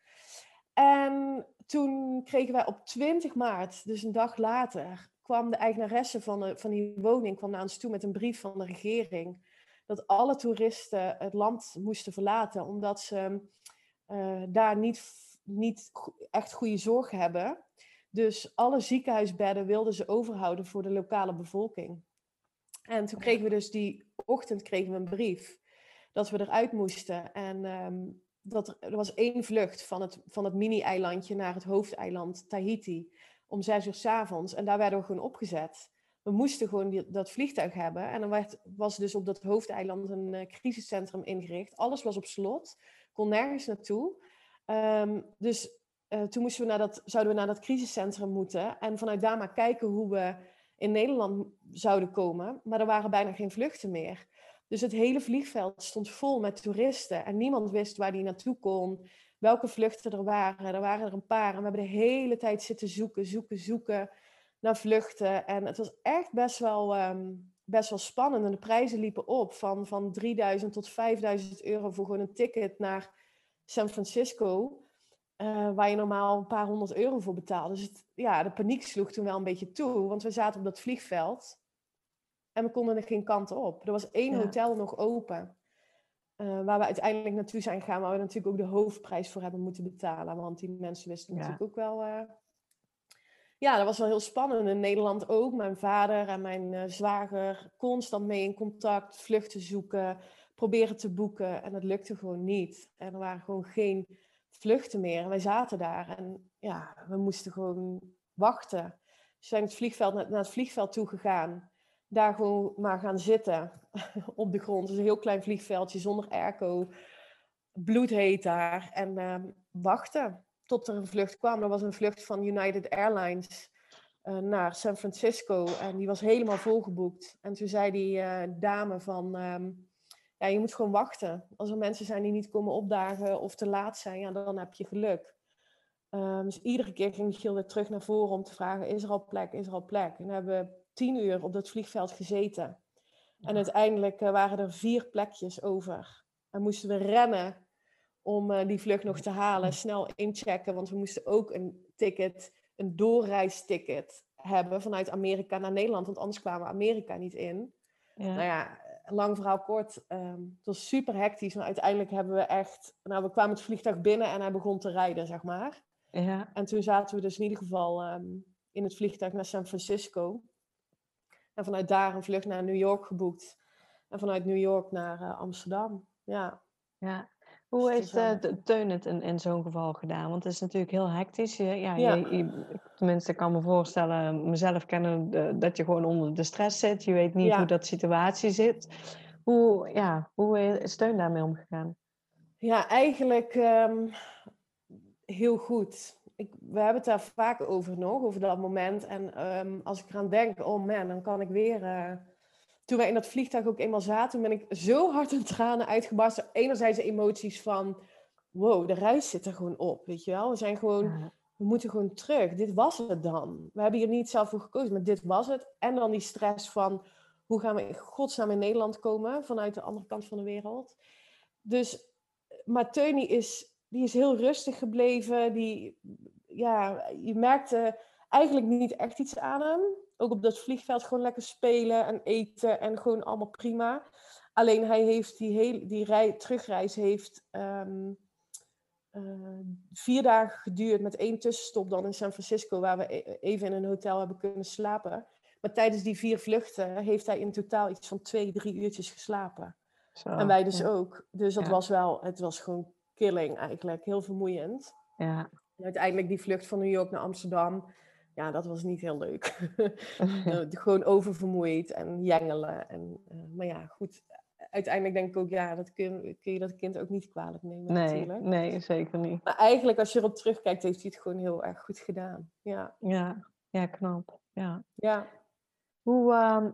En toen kregen wij op twintig maart, dus een dag later, kwam de eigenaresse van, de, van die woning kwam naar ons toe met een brief van de regering. Dat alle toeristen het land moesten verlaten, omdat ze uh, daar niet, niet echt goede zorg hebben. Dus alle ziekenhuisbedden wilden ze overhouden voor de lokale bevolking. En toen kregen we dus die ochtend kregen we een brief dat we eruit moesten. En um, dat er, er was één vlucht van het, van het mini-eilandje naar het hoofdeiland Tahiti om zes uur 's avonds. En daar werden we gewoon opgezet. We moesten gewoon die, dat vliegtuig hebben. En dan werd, was dus op dat hoofdeiland een uh, crisiscentrum ingericht. Alles was op slot. Kon nergens naartoe. Um, dus uh, toen moesten we naar dat, zouden we naar dat crisiscentrum moeten. En vanuit daar maar kijken hoe we in Nederland zouden komen. Maar er waren bijna geen vluchten meer. Dus het hele vliegveld stond vol met toeristen. En niemand wist waar die naartoe kon. Welke vluchten er waren. Er waren er een paar. En we hebben de hele tijd zitten zoeken, zoeken, zoeken naar vluchten. En het was echt best wel, um, best wel spannend. En de prijzen liepen op. Van, van drieduizend tot vijfduizend euro voor gewoon een ticket naar San Francisco. Uh, waar je normaal een paar honderd euro voor betaalde. Dus het, ja, de paniek sloeg toen wel een beetje toe. Want we zaten op dat vliegveld. En we konden er geen kant op. Er was één ja. hotel nog open. Uh, waar we uiteindelijk naartoe zijn gegaan. Waar we natuurlijk ook de hoofdprijs voor hebben moeten betalen. Want die mensen wisten ja. natuurlijk ook wel... Uh... Ja, dat was wel heel spannend. In Nederland ook. Mijn vader en mijn uh, zwager constant mee in contact. Vluchten zoeken. Proberen te boeken. En dat lukte gewoon niet. En er waren gewoon geen vluchten meer. En wij zaten daar. En ja, we moesten gewoon wachten. Dus we zijn het vliegveld, naar het vliegveld toe gegaan. Daar gewoon maar gaan zitten op de grond. Dus een heel klein vliegveldje zonder airco. Bloedheet daar. En uh, wachten tot er een vlucht kwam. Er was een vlucht van United Airlines uh, naar San Francisco. En die was helemaal volgeboekt. En toen zei die uh, dame van... Um, ja, je moet gewoon wachten. Als er mensen zijn die niet komen opdagen of te laat zijn, ja, dan heb je geluk. Um, dus iedere keer ging Giel weer terug naar voren om te vragen, is er al plek, is er al plek? En dan hebben we tien uur op dat vliegveld gezeten. Ja. En uiteindelijk uh, waren er vier plekjes over. En moesten we rennen om uh, die vlucht nog te halen, snel inchecken, want we moesten ook een ticket, een doorreisticket hebben vanuit Amerika naar Nederland, want anders kwamen we Amerika niet in. Ja. Nou ja, lang verhaal kort, um, het was super hectisch, maar uiteindelijk hebben we echt... Nou, we kwamen het vliegtuig binnen en hij begon te rijden, zeg maar. Ja. En toen zaten we dus in ieder geval um, in het vliegtuig naar San Francisco. En vanuit daar een vlucht naar New York geboekt. En vanuit New York naar uh, Amsterdam, ja.
Ja, Hoe
Dus
heeft uh, Teun het in, in zo'n geval gedaan? Want het is natuurlijk heel hectisch. Je, ja,
ja.
Je, je, tenminste, ik kan me voorstellen, mezelf kennen, uh, dat je gewoon onder de stress zit. Je weet niet
ja.
hoe dat situatie zit. Hoe, ja, hoe is Teun daarmee omgegaan?
Ja, eigenlijk um, heel goed. Ik, we hebben het daar vaak over nog, over dat moment. En um, als ik eraan denk, oh man, dan kan ik weer... Uh, toen wij in dat vliegtuig ook eenmaal zaten, ben ik zo hard in tranen uitgebarsten. Enerzijds de emoties van, wow, de reis zit er gewoon op, weet je wel. We zijn gewoon, ja. we moeten gewoon terug. Dit was het dan. We hebben hier niet zelf voor gekozen, maar dit was het. En dan die stress van, hoe gaan we in godsnaam in Nederland komen, vanuit de andere kant van de wereld. Dus, maar Teunie is, die is heel rustig gebleven. Die, ja, je merkte eigenlijk niet echt iets aan hem. Ook op dat vliegveld gewoon lekker spelen en eten en gewoon allemaal prima. Alleen hij heeft die, hele, die rij, terugreis heeft um, uh, vier dagen geduurd met één tussenstop dan in San Francisco, waar we even in een hotel hebben kunnen slapen. Maar tijdens die vier vluchten heeft hij in totaal iets van twee, drie uurtjes geslapen. Zo, en wij dus ja. ook. Dus dat ja. was wel, het was gewoon killing eigenlijk, heel vermoeiend.
Ja.
En uiteindelijk die vlucht van New York naar Amsterdam, ja, dat was niet heel leuk. Gewoon oververmoeid en jengelen. En, uh, maar ja, goed. Uiteindelijk denk ik ook, ja, dat kun, kun je dat kind ook niet kwalijk nemen
nee,
natuurlijk.
Nee, zeker niet.
Maar eigenlijk, als je erop terugkijkt, heeft hij het gewoon heel erg goed gedaan. Ja,
ja, ja knap. Ja.
ja.
Hoe, uh,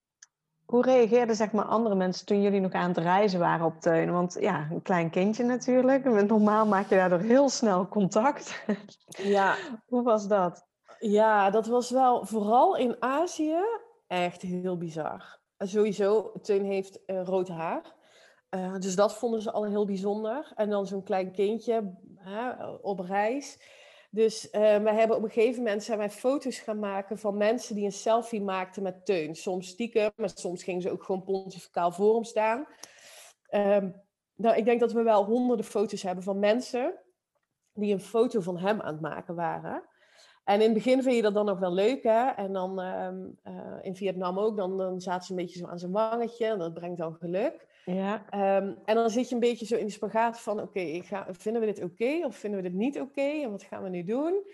hoe reageerden zeg maar, andere mensen toen jullie nog aan het reizen waren op Teun? Want ja, een klein kindje natuurlijk. Normaal maak je daardoor heel snel contact.
Ja.
Hoe was dat?
Ja, dat was wel vooral in Azië echt heel bizar. Sowieso, Teun heeft uh, rood haar. Uh, dus dat vonden ze al heel bijzonder. En dan zo'n klein kindje hè, op reis. Dus uh, we hebben op een gegeven moment zijn wij foto's gaan maken van mensen die een selfie maakten met Teun. Soms stiekem, maar soms gingen ze ook gewoon pontificaal voor hem staan. Um, nou, ik denk dat we wel honderden foto's hebben van mensen die een foto van hem aan het maken waren. En in het begin vind je dat dan nog wel leuk, hè? En dan um, uh, in Vietnam ook, dan, dan zaten ze een beetje zo aan zijn wangetje. En dat brengt dan geluk.
Ja.
Um, en dan zit je een beetje zo in de spagaat van, oké, okay, vinden we dit oké okay, of vinden we dit niet oké? Okay? En wat gaan we nu doen?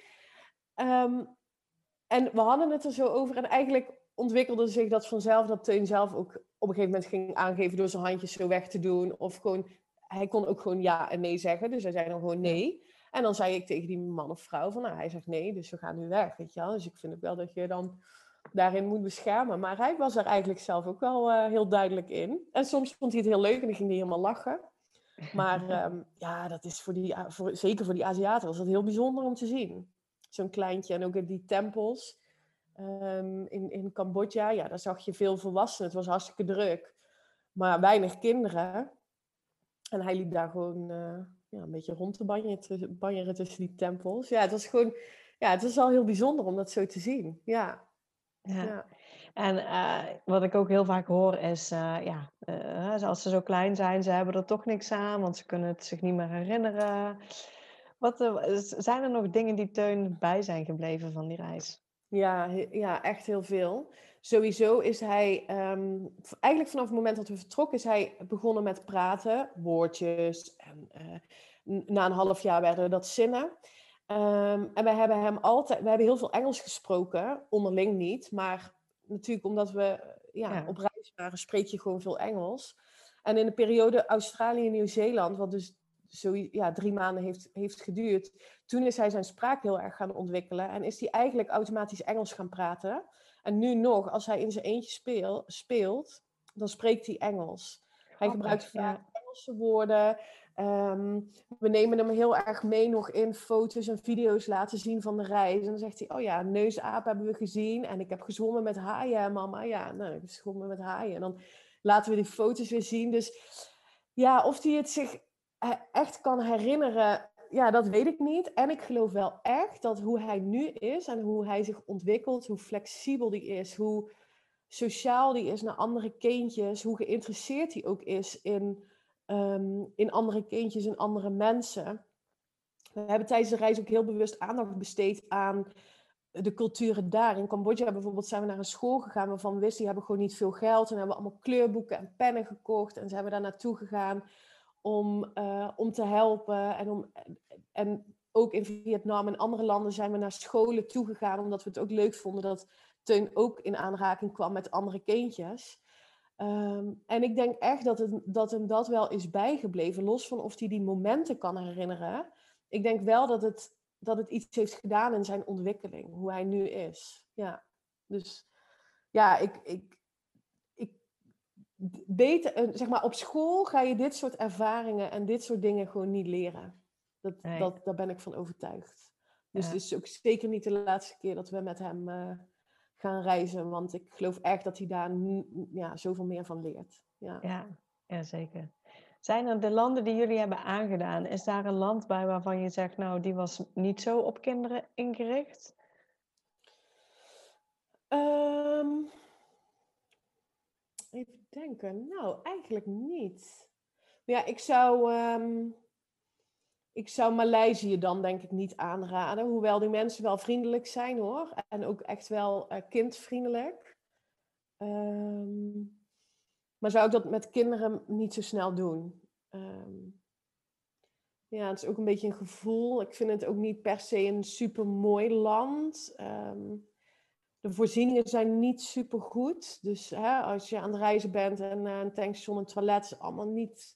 Um, en we hadden het er zo over. En eigenlijk ontwikkelde zich dat vanzelf, dat Teun zelf ook op een gegeven moment ging aangeven door zijn handjes zo weg te doen. Of gewoon, hij kon ook gewoon ja en nee zeggen. Dus hij zei dan gewoon nee. En dan zei ik tegen die man of vrouw van, nou, hij zegt nee, dus we gaan nu weg, weet je wel. Dus ik vind ook wel dat je dan daarin moet beschermen. Maar hij was er eigenlijk zelf ook wel uh, heel duidelijk in. En soms vond hij het heel leuk en dan ging hij helemaal lachen. Maar um, ja, dat is voor die, voor, zeker voor die Aziaten was dat heel bijzonder om te zien. Zo'n kleintje en ook in die tempels um, in, in Cambodja. Ja, daar zag je veel volwassenen. Het was hartstikke druk. Maar weinig kinderen. En hij liep daar gewoon... Uh, Ja, een beetje rond te banjeren, banjeren tussen die tempels. Ja, het was gewoon... Ja, het was wel heel bijzonder om dat zo te zien. Ja.
Ja. ja. En uh, wat ik ook heel vaak hoor is... Uh, ja, uh, als ze zo klein zijn, ze hebben er toch niks aan... want ze kunnen het zich niet meer herinneren. Wat, uh, zijn er nog dingen die Teun bij zijn gebleven van die reis?
Ja, ja, echt heel veel. Sowieso is hij... Um, eigenlijk vanaf het moment dat we vertrokken... is hij begonnen met praten. Woordjes. En uh, na een half jaar werden dat zinnen. Um, en wij hebben hem altijd... We hebben heel veel Engels gesproken. Onderling niet. Maar natuurlijk omdat we ja, ja. op reis waren... spreek je gewoon veel Engels. En in de periode Australië-Nieuw-Zeeland... wat dus zo, ja, drie maanden heeft, heeft geduurd... Toen is hij zijn spraak heel erg gaan ontwikkelen. En is hij eigenlijk automatisch Engels gaan praten. En nu nog, als hij in zijn eentje speel, speelt, dan spreekt hij Engels. Grappig, hij gebruikt vaak ja. Engelse woorden. Um, we nemen hem heel erg mee nog in foto's en video's laten zien van de reis. En dan zegt hij, oh ja, neusaap hebben we gezien. En ik heb gezwommen met haaien, mama. Ja, nou, ik heb gezwommen met haaien. En dan laten we die foto's weer zien. Dus ja, of hij het zich echt kan herinneren... Ja, dat weet ik niet. En ik geloof wel echt dat hoe hij nu is en hoe hij zich ontwikkelt, hoe flexibel die is, hoe sociaal die is naar andere kindjes, hoe geïnteresseerd hij ook is in, um, in andere kindjes en andere mensen. We hebben tijdens de reis ook heel bewust aandacht besteed aan de culturen daar. In Cambodja bijvoorbeeld zijn we naar een school gegaan waarvan we wisten, die hebben gewoon niet veel geld. En hebben we allemaal kleurboeken en pennen gekocht en ze hebben daar naartoe gegaan om, uh, om te helpen. En, om, en ook in Vietnam en andere landen zijn we naar scholen toegegaan, omdat we het ook leuk vonden dat Teun ook in aanraking kwam met andere kindjes. Um, en ik denk echt dat, het, dat hem dat wel is bijgebleven, los van of hij die momenten kan herinneren. Ik denk wel dat het, dat het iets heeft gedaan in zijn ontwikkeling, hoe hij nu is. Ja, dus ja, ik, ik, ik beter, zeg maar, op school ga je dit soort ervaringen en dit soort dingen gewoon niet leren. Dat,
Nee.
dat, daar ben ik van overtuigd. Dus
Ja.
het is ook zeker niet de laatste keer dat we met hem uh, gaan reizen. Want ik geloof echt dat hij daar n- ja, zoveel meer van leert. Ja.
Ja, ja, zeker. Zijn er de landen die jullie hebben aangedaan, is daar een land bij waarvan je zegt, nou, die was niet zo op kinderen ingericht?
Um, even denken. Nou, eigenlijk niet. Ja, ik zou... Um, Ik zou Maleisië dan denk ik niet aanraden. Hoewel die mensen wel vriendelijk zijn hoor. En ook echt wel uh, kindvriendelijk. Um, maar zou ik dat met kinderen niet zo snel doen. Um, ja, het is ook een beetje een gevoel. Ik vind het ook niet per se een super mooi land. Um, de voorzieningen zijn niet super goed. Dus hè, als je aan het reizen bent en uh, een tankstation, een toilet is allemaal niet...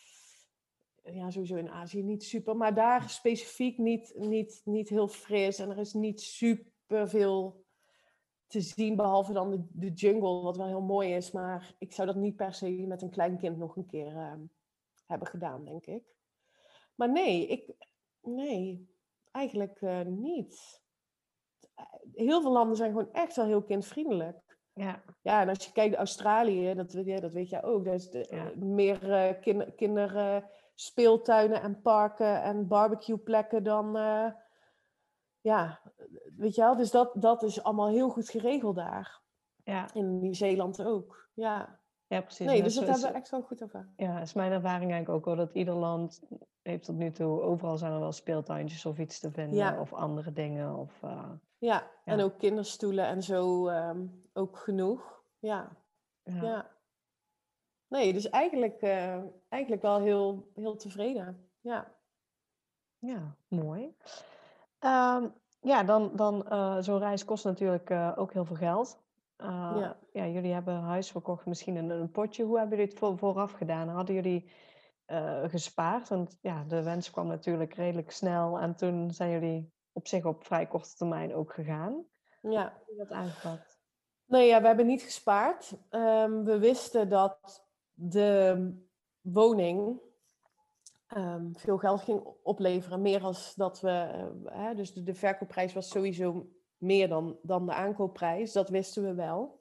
Ja, sowieso in Azië niet super. Maar daar specifiek niet, niet, niet heel fris. En er is niet super veel te zien. Behalve dan de, de jungle, wat wel heel mooi is. Maar ik zou dat niet per se met een klein kind nog een keer uh, hebben gedaan, denk ik. Maar nee, ik, nee eigenlijk uh, niet. Heel veel landen zijn gewoon echt wel heel kindvriendelijk.
Ja.
Ja, en als je kijkt naar Australië, dat, ja, dat weet jij ook. Daar is de, ja. meer uh, kinder, kinderen... speeltuinen en parken en barbecueplekken dan, uh, ja, weet je wel. Dus dat, dat is allemaal heel goed geregeld daar.
Ja.
In Nieuw-Zeeland ook, ja.
Ja, precies.
Nee, dus
dat
dat
is,
hebben we echt wel goed ervaren.
Ja, is mijn ervaring eigenlijk ook wel, dat ieder land heeft tot nu toe, overal zijn er wel speeltuintjes of iets te vinden, ja. Of andere dingen. Of, uh,
ja. ja, en ook kinderstoelen en zo um, ook genoeg, ja.
Ja.
ja. Nee, dus eigenlijk, uh, eigenlijk wel heel, heel tevreden, ja.
Ja, mooi. Um, ja, dan, dan uh, zo'n reis kost natuurlijk uh, ook heel veel geld. Uh, ja. ja, jullie hebben een huis verkocht, misschien een, een potje. Hoe hebben jullie het voor, vooraf gedaan? Hadden jullie uh, gespaard? Want ja, de wens kwam natuurlijk redelijk snel. En toen zijn jullie op zich op vrij korte termijn ook gegaan.
Ja.
Hoe hebben jullie dat aangepakt?
Nee, ja, we hebben niet gespaard. Um, we wisten dat de woning um, veel geld ging opleveren. Meer als dat we... Uh, hè, dus de, de verkoopprijs was sowieso meer dan, dan de aankoopprijs. Dat wisten we wel.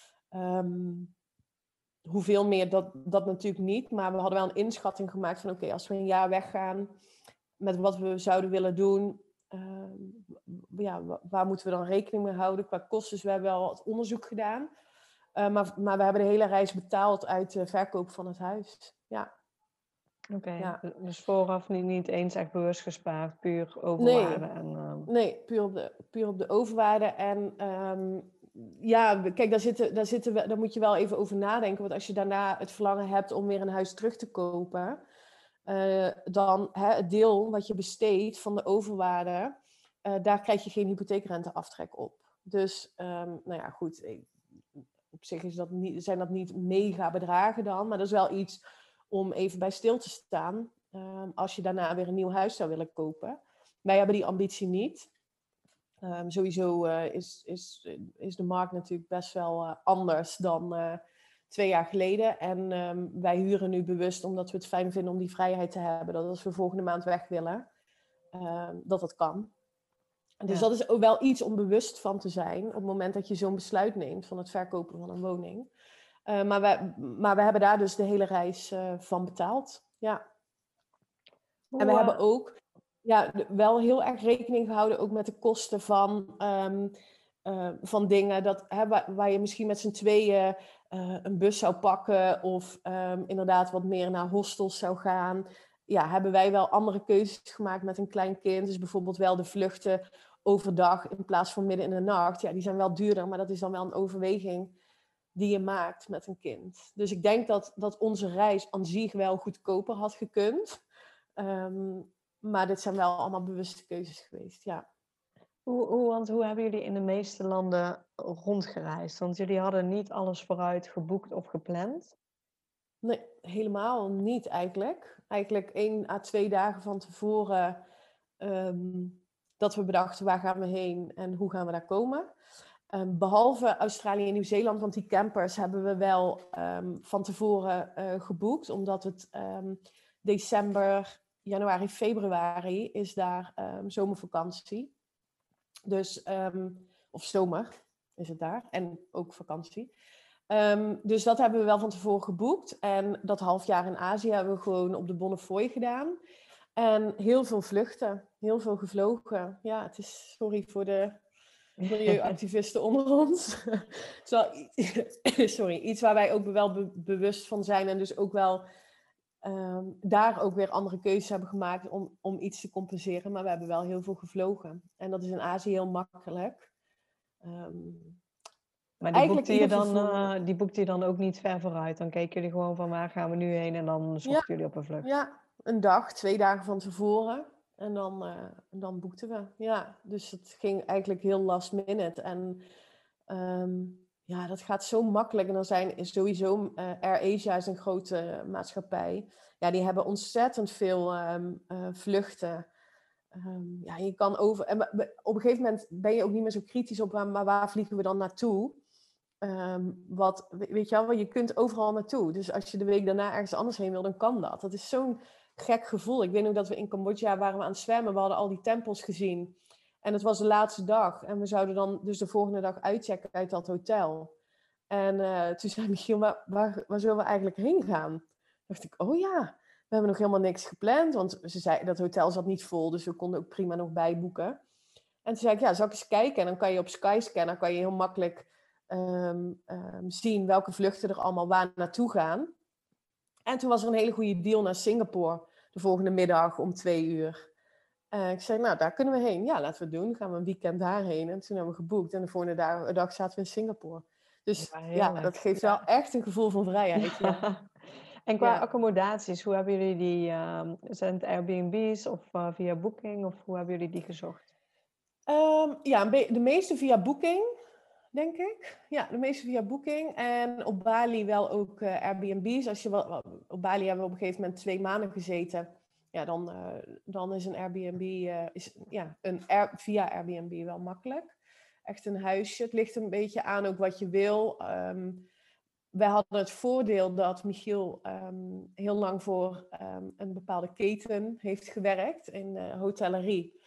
Um, hoeveel meer, dat, dat natuurlijk niet. Maar we hadden wel een inschatting gemaakt van... Oké, okay, als we een jaar weggaan met wat we zouden willen doen... Um, ja, waar moeten we dan rekening mee houden qua kosten? Dus we hebben wel het onderzoek gedaan. Uh, maar, maar we hebben de hele reis betaald uit de verkoop van het huis. Ja.
Oké, okay.
ja.
Dus vooraf niet, niet eens echt bewust gespaard, puur overwaarde?
Nee,
en, uh...
nee puur, op de, puur op de overwaarde. En um, ja, kijk, daar, zitten, daar, zitten we, daar moet je wel even over nadenken. Want als je daarna het verlangen hebt om weer een huis terug te kopen... Uh, dan hè, het deel wat je besteedt van de overwaarde... Uh, daar krijg je geen hypotheekrenteaftrek op. Dus, um, nou ja, goed... Ik, op zich is dat niet, zijn dat niet mega bedragen dan, maar dat is wel iets om even bij stil te staan um, als je daarna weer een nieuw huis zou willen kopen. Wij hebben die ambitie niet. Um, sowieso uh, is, is, is de markt natuurlijk best wel uh, anders dan uh, twee jaar geleden. En um, wij huren nu bewust omdat we het fijn vinden om die vrijheid te hebben. Dat als we volgende maand weg willen, uh, dat dat kan. Dus ja. Dat is ook wel iets om bewust van te zijn op het moment dat je zo'n besluit neemt van het verkopen van een woning. Uh, maar, we, maar we hebben daar dus de hele reis uh, van betaald. Ja. Hoe, en we uh... hebben ook ja, wel heel erg rekening gehouden ook met de kosten van, um, uh, van dingen dat, hè, waar, waar je misschien met z'n tweeën uh, een bus zou pakken of um, inderdaad wat meer naar hostels zou gaan. Ja, hebben wij wel andere keuzes gemaakt met een klein kind. Dus bijvoorbeeld wel de vluchten overdag in plaats van midden in de nacht. Ja, die zijn wel duurder, maar dat is dan wel een overweging die je maakt met een kind. Dus ik denk dat, dat onze reis aan zich wel goedkoper had gekund. Um, maar dit zijn wel allemaal bewuste keuzes geweest, ja.
Hoe, hoe, want hoe hebben jullie in de meeste landen rondgereisd? Want jullie hadden niet alles vooruit geboekt of gepland.
Nee, helemaal niet eigenlijk. Eigenlijk één à twee dagen van tevoren um, dat we bedachten waar gaan we heen en hoe gaan we daar komen. Um, behalve Australië en Nieuw-Zeeland, want die campers hebben we wel um, van tevoren uh, geboekt. Omdat het um, december, januari, februari is daar um, zomervakantie. Dus, um, of zomer is het daar. En ook vakantie. Um, dus dat hebben we wel van tevoren geboekt. En dat half jaar in Azië hebben we gewoon op de Bonnefoy gedaan. En heel veel vluchten. Heel veel gevlogen. Ja, het is, sorry voor de milieuactivisten onder ons. Het is wel iets, sorry, iets waar wij ook wel be- bewust van zijn. En dus ook wel um, daar ook weer andere keuzes hebben gemaakt om, om iets te compenseren. Maar we hebben wel heel veel gevlogen. En dat is in Azië heel makkelijk. Um,
Maar die boekte, je dan, uh, die boekte je dan ook niet ver vooruit? Dan keken jullie gewoon van waar gaan we nu heen en dan zochten ja, jullie op een vlucht?
Ja, een dag, twee dagen van tevoren. En dan, uh, dan boekten we. Ja, dus het ging eigenlijk heel last minute. En um, ja, dat gaat zo makkelijk. En dan zijn sowieso uh, Air Asia is een grote maatschappij. Ja, die hebben ontzettend veel um, uh, vluchten. Um, ja, je kan over... En op een gegeven moment ben je ook niet meer zo kritisch op... maar waar vliegen we dan naartoe? Um, wat, weet je wel, je kunt overal naartoe. Dus als je de week daarna ergens anders heen wil, dan kan dat. Dat is zo'n gek gevoel. Ik weet nog dat we in Cambodja waren we aan het zwemmen. We hadden al die tempels gezien. En het was de laatste dag. En we zouden dan dus de volgende dag uitchecken uit dat hotel. En uh, toen zei Michiel, maar waar, waar zullen we eigenlijk heen gaan? Toen dacht ik, oh ja, we hebben nog helemaal niks gepland. Want ze zei, dat hotel zat niet vol, dus we konden ook prima nog bijboeken. En toen zei ik, ja, zal ik eens kijken? En dan kan je op Skyscanner kan je heel makkelijk um, um, zien welke vluchten er allemaal waar naartoe gaan. En toen was er een hele goede deal naar Singapore de volgende middag om twee uur. Uh, ik zei, nou, daar kunnen we heen. Ja, laten we het doen. Dan gaan we een weekend daarheen. En toen hebben we geboekt. En de volgende dag, dag zaten we in Singapore. Dus ja, ja dat geeft ja. wel echt een gevoel van vrijheid. Ja.
En qua ja. accommodaties, hoe hebben jullie die... Um, zijn het Airbnb's of uh, via Booking? Of hoe hebben jullie die gezocht?
Um, ja, de meeste via Booking, denk ik. Ja, de meeste via Booking. En op Bali wel ook uh, Airbnb's. Als je wel, op Bali hebben we op een gegeven moment twee maanden gezeten. Ja, dan, uh, dan is een Airbnb uh, is, ja, een Air, via Airbnb wel makkelijk. Echt een huisje. Het ligt een beetje aan ook wat je wil. Um, wij hadden het voordeel dat Michiel um, heel lang voor um, een bepaalde keten heeft gewerkt in uh, hotellerie.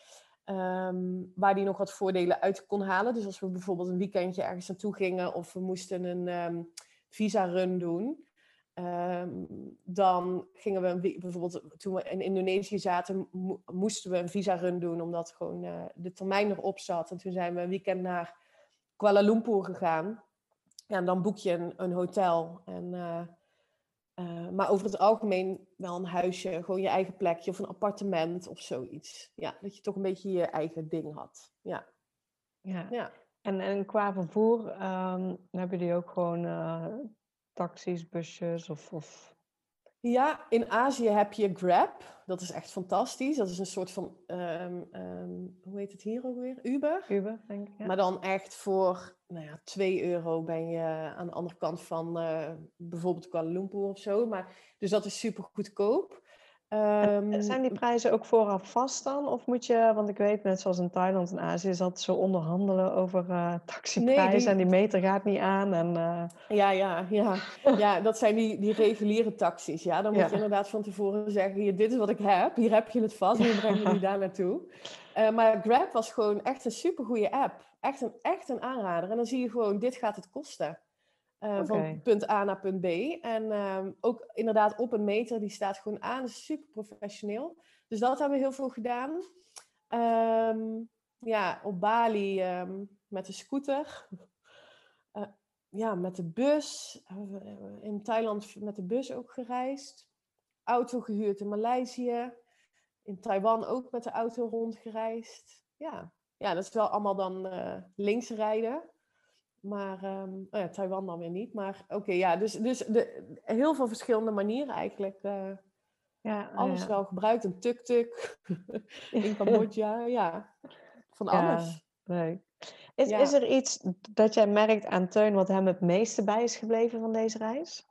Um, waar hij nog wat voordelen uit kon halen. Dus als we bijvoorbeeld een weekendje ergens naartoe gingen of we moesten een um, visa-run doen, um, dan gingen we een, bijvoorbeeld toen we in Indonesië zaten, mo- moesten we een visa-run doen omdat gewoon uh, de termijn erop zat. En toen zijn we een weekend naar Kuala Lumpur gegaan. Ja, en dan boek je een, een hotel. En, uh, uh, maar over het algemeen wel een huisje, gewoon je eigen plekje of een appartement of zoiets. Ja, dat je toch een beetje je eigen ding had. Ja.
Ja. ja. En, en qua vervoer, um, hebben jullie ook gewoon uh, taxis, busjes of... of...
Ja, in Azië heb je Grab. Dat is echt fantastisch. Dat is een soort van, um, um, hoe heet het hier ook weer? Uber.
Uber, denk ik. Ja.
Maar dan echt voor, nou ja, twee euro ben je aan de andere kant van uh, bijvoorbeeld Kuala Lumpur of zo. Maar, dus dat is super goedkoop.
Um, zijn die prijzen ook vooraf vast dan? Of moet je, want ik weet net zoals in Thailand en Azië, is dat zo onderhandelen over uh, taxiprijzen nee, die... en die meter gaat niet aan. En, uh...
Ja, ja, ja. ja, dat zijn die, die reguliere taxis. Ja, dan moet ja. je inderdaad van tevoren zeggen, hier, dit is wat ik heb, hier heb je het vast, nu breng je die daar naartoe. Uh, maar Grab was gewoon echt een supergoeie app. Echt een, echt een aanrader. En dan zie je gewoon, dit gaat het kosten. Uh, okay. Van punt A naar punt B. En um, ook inderdaad op een meter, die staat gewoon aan. Dat is super professioneel. Dus dat hebben we heel veel gedaan. Um, ja, op Bali um, met de scooter. Uh, ja, met de bus. Uh, in Thailand met de bus ook gereisd. Auto gehuurd in Maleisië. In Taiwan ook met de auto rondgereisd. Ja, ja dat is wel allemaal dan uh, links rijden. Maar ehm, oh ja, Taiwan dan weer niet. Maar oké, ja, dus, dus de, heel veel verschillende manieren eigenlijk. eh,
Ja,
alles
ja.
wel gebruikt. Een tuk-tuk in Cambodja. Ja, van
Ja,
alles.
leuk. Is, is
Ja.
er iets dat jij merkt aan Teun wat hem het meeste bij is gebleven van deze reis?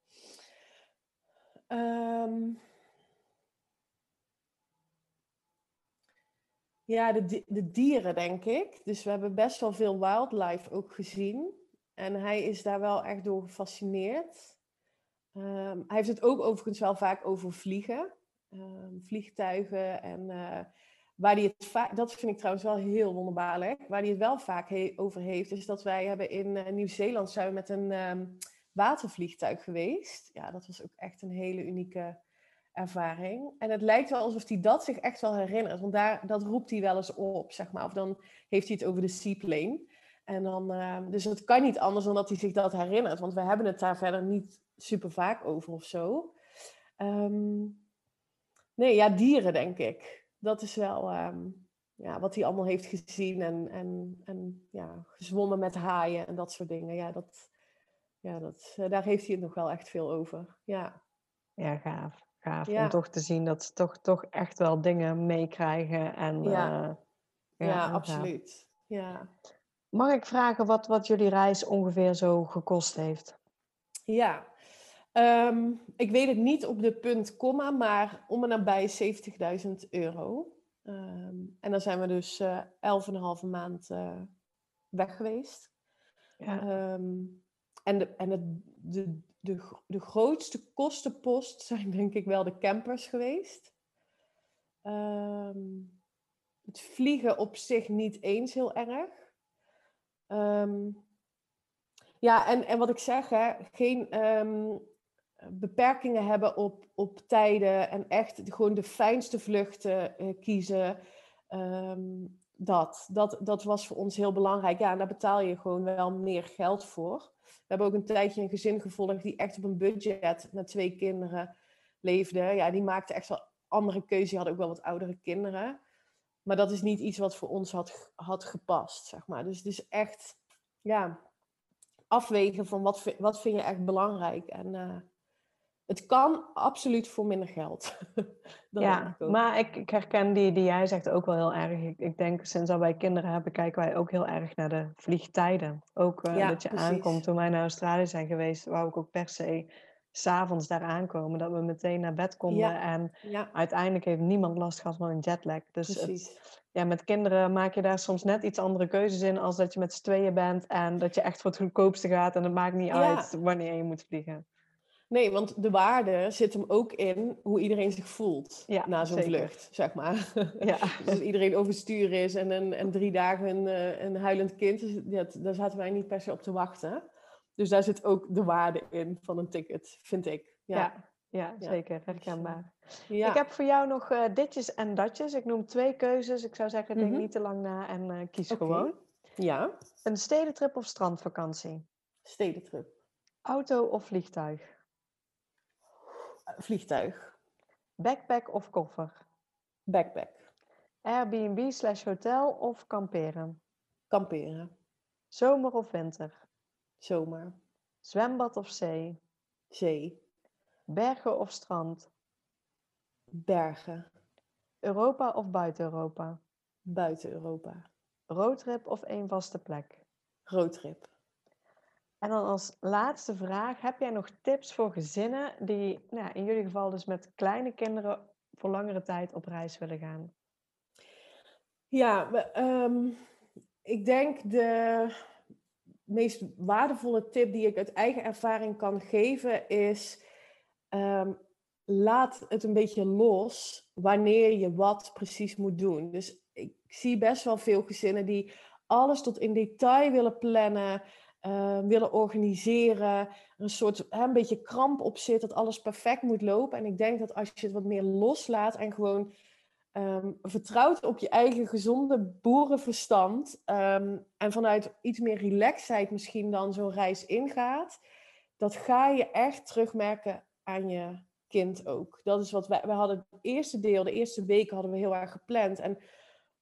Ehm, ja, de, di- de dieren, denk ik. Dus we hebben best wel veel wildlife ook gezien. En hij is daar wel echt door gefascineerd. Ehm, hij heeft het ook overigens wel vaak over vliegen. Ehm, vliegtuigen en eh, waar hij het vaak, dat vind ik trouwens wel heel wonderbaarlijk. Waar hij het wel vaak he- over heeft, is dat wij hebben in eh, Nieuw-Zeeland zijn we met een ehm, watervliegtuig geweest. Ja, dat was ook echt een hele unieke ervaring. En het lijkt wel alsof hij dat zich echt wel herinnert. Want daar, dat roept hij wel eens op, zeg maar. Of dan heeft hij het over de seaplane. En dan, ehm, dus het kan niet anders dan dat hij zich dat herinnert. Want we hebben het daar verder niet super vaak over of zo. Ehm, nee, ja, dieren denk ik. Dat is wel ehm, ja, wat hij allemaal heeft gezien. En, en, en ja, gezwommen met haaien en dat soort dingen. Ja, dat, ja dat, eh, daar heeft hij het nog wel echt veel over. Ja,
Ja, gaaf. Gaaf om
ja,
toch te zien dat ze toch, toch echt wel dingen meekrijgen. En
ja,
eh, ja,
ja,
heel gaaf.
absoluut. Ja,
Mag ik vragen wat, wat jullie reis ongeveer zo gekost heeft?
ja. Ehm, ik weet het niet op de punt komma, maar om en nabij zeventigduizend euro. Ehm, en dan zijn we dus eh elf en een halve maand eh, weg geweest.
Ja,
Ehm, en de, en het, de, de, gro- de grootste kostenpost zijn denk ik wel de campers geweest. Ehm, het vliegen op zich niet eens heel erg. Ehm, ja, en, en wat ik zeg, hè, geen ehm, beperkingen hebben op, op tijden en echt gewoon de fijnste vluchten eh, kiezen. Ehm, dat, dat, dat was voor ons heel belangrijk. Ja, en daar betaal je gewoon wel meer geld voor. We hebben ook een tijdje een gezin gevolgd die echt op een budget met twee kinderen leefde. Ja, die maakte echt wel andere keuzes. Die hadden ook wel wat oudere kinderen. Maar dat is niet iets wat voor ons had, had gepast, zeg maar. Dus het is echt, ja, afwegen van wat, vi- wat vind je echt belangrijk. En eh, het kan absoluut voor minder geld. Dat denk
ja,
ik ook.
maar ik, ik herken die, die jij zegt ook wel heel erg. Ik, ik denk sinds dat wij kinderen hebben, kijken wij ook heel erg naar de vliegtijden. Ook eh,
Ja,
dat je aankomt.
precies.
Toen wij naar Australië zijn geweest, wou ik ook per se 's avonds daar aankomen. Dat we meteen naar bed konden.
Ja,
En
ja,
uiteindelijk heeft niemand last gehad van een jetlag. Dus het,
precies.
ja, met kinderen maak je daar soms net iets andere keuzes in als dat je met z'n tweeën bent. En dat je echt voor het goedkoopste gaat. En het maakt niet uit
Ja,
wanneer je moet vliegen.
nee, want de waarde zit hem ook in hoe iedereen zich voelt
Ja,
na zo'n
zeker.
vlucht, zeg maar.
Ja.
Dus als iedereen overstuur is en, een, en drie dagen een, eh, een huilend kind, dus dat, daar zaten wij niet per se op te wachten. Dus daar zit ook de waarde in van een ticket, vind ik. Ja,
Ja, ja,
ja.
zeker.
Dus, eh,
Herkenbaar. Ik
ja.
heb voor jou nog eh, ditjes en datjes. Ik noem twee keuzes. Ik zou zeggen, denk
Mhm.
niet te lang na en eh, kies
Oké.
gewoon.
Ja,
Een stedentrip of strandvakantie?
stedentrip.
Auto of vliegtuig?
Vliegtuig.
Backpack of koffer?
Backpack.
Airbnb slash hotel of kamperen?
Kamperen.
Zomer of winter?
Zomer.
Zwembad of zee?
Zee.
Bergen of strand?
Bergen.
Europa of buiten Europa?
Buiten Europa.
Roadtrip of één vaste plek?
Roadtrip.
En dan als laatste vraag, heb jij nog tips voor gezinnen die nou, in jullie geval dus met kleine kinderen voor langere tijd op reis willen gaan?
Ja, we, ehm, ik denk de meest waardevolle tip die ik uit eigen ervaring kan geven is: ehm, laat het een beetje los wanneer je wat precies moet doen. Dus ik zie best wel veel gezinnen die alles tot in detail willen plannen, eh, willen organiseren, er een soort hè, een beetje kramp op zit dat alles perfect moet lopen. En ik denk dat als je het wat meer loslaat en gewoon ehm, vertrouwt op je eigen gezonde boerenverstand ehm, en vanuit iets meer relaxedheid misschien dan zo'n reis ingaat, dat ga je echt terugmerken aan je kind ook. Dat is wat wij, wij hadden het eerste deel, de eerste weken hadden we heel erg gepland. En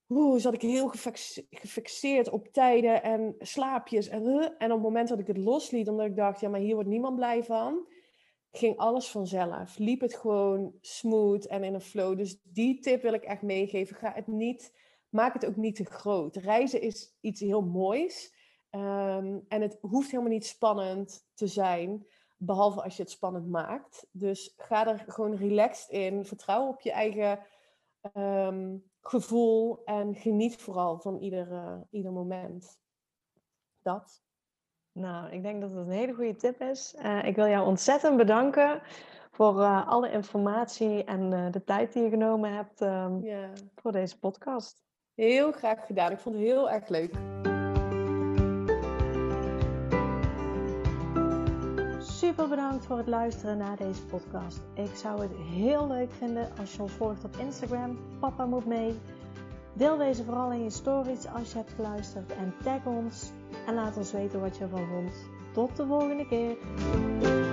oeh, zat ik heel gefix- gefixeerd op tijden en slaapjes. En, uh, en op het moment dat ik het losliet, omdat ik dacht, ja, maar hier wordt niemand blij van, ging alles vanzelf. Liep het gewoon smooth en in een flow. Dus die tip wil ik echt meegeven. Ga het niet, maak het ook niet te groot. Reizen is iets heel moois. Um, en het hoeft helemaal niet spannend te zijn, behalve als je het spannend maakt. Dus ga er gewoon relaxed in. Vertrouw op je eigen um, gevoel en geniet vooral van ieder, uh, ieder moment. Dat.
Nou, ik denk dat het een hele goede tip is. Uh, ik wil jou ontzettend bedanken voor uh, alle informatie en uh, de tijd die je genomen hebt um, yeah. voor deze podcast.
Heel graag gedaan. Ik vond het heel erg leuk.
Super bedankt voor het luisteren naar deze podcast. Ik zou het heel leuk vinden als je ons volgt op Instagram. Papa moet mee. Deel deze vooral in je stories als je hebt geluisterd en tag ons. En laat ons weten wat je ervan vond. Tot de volgende keer.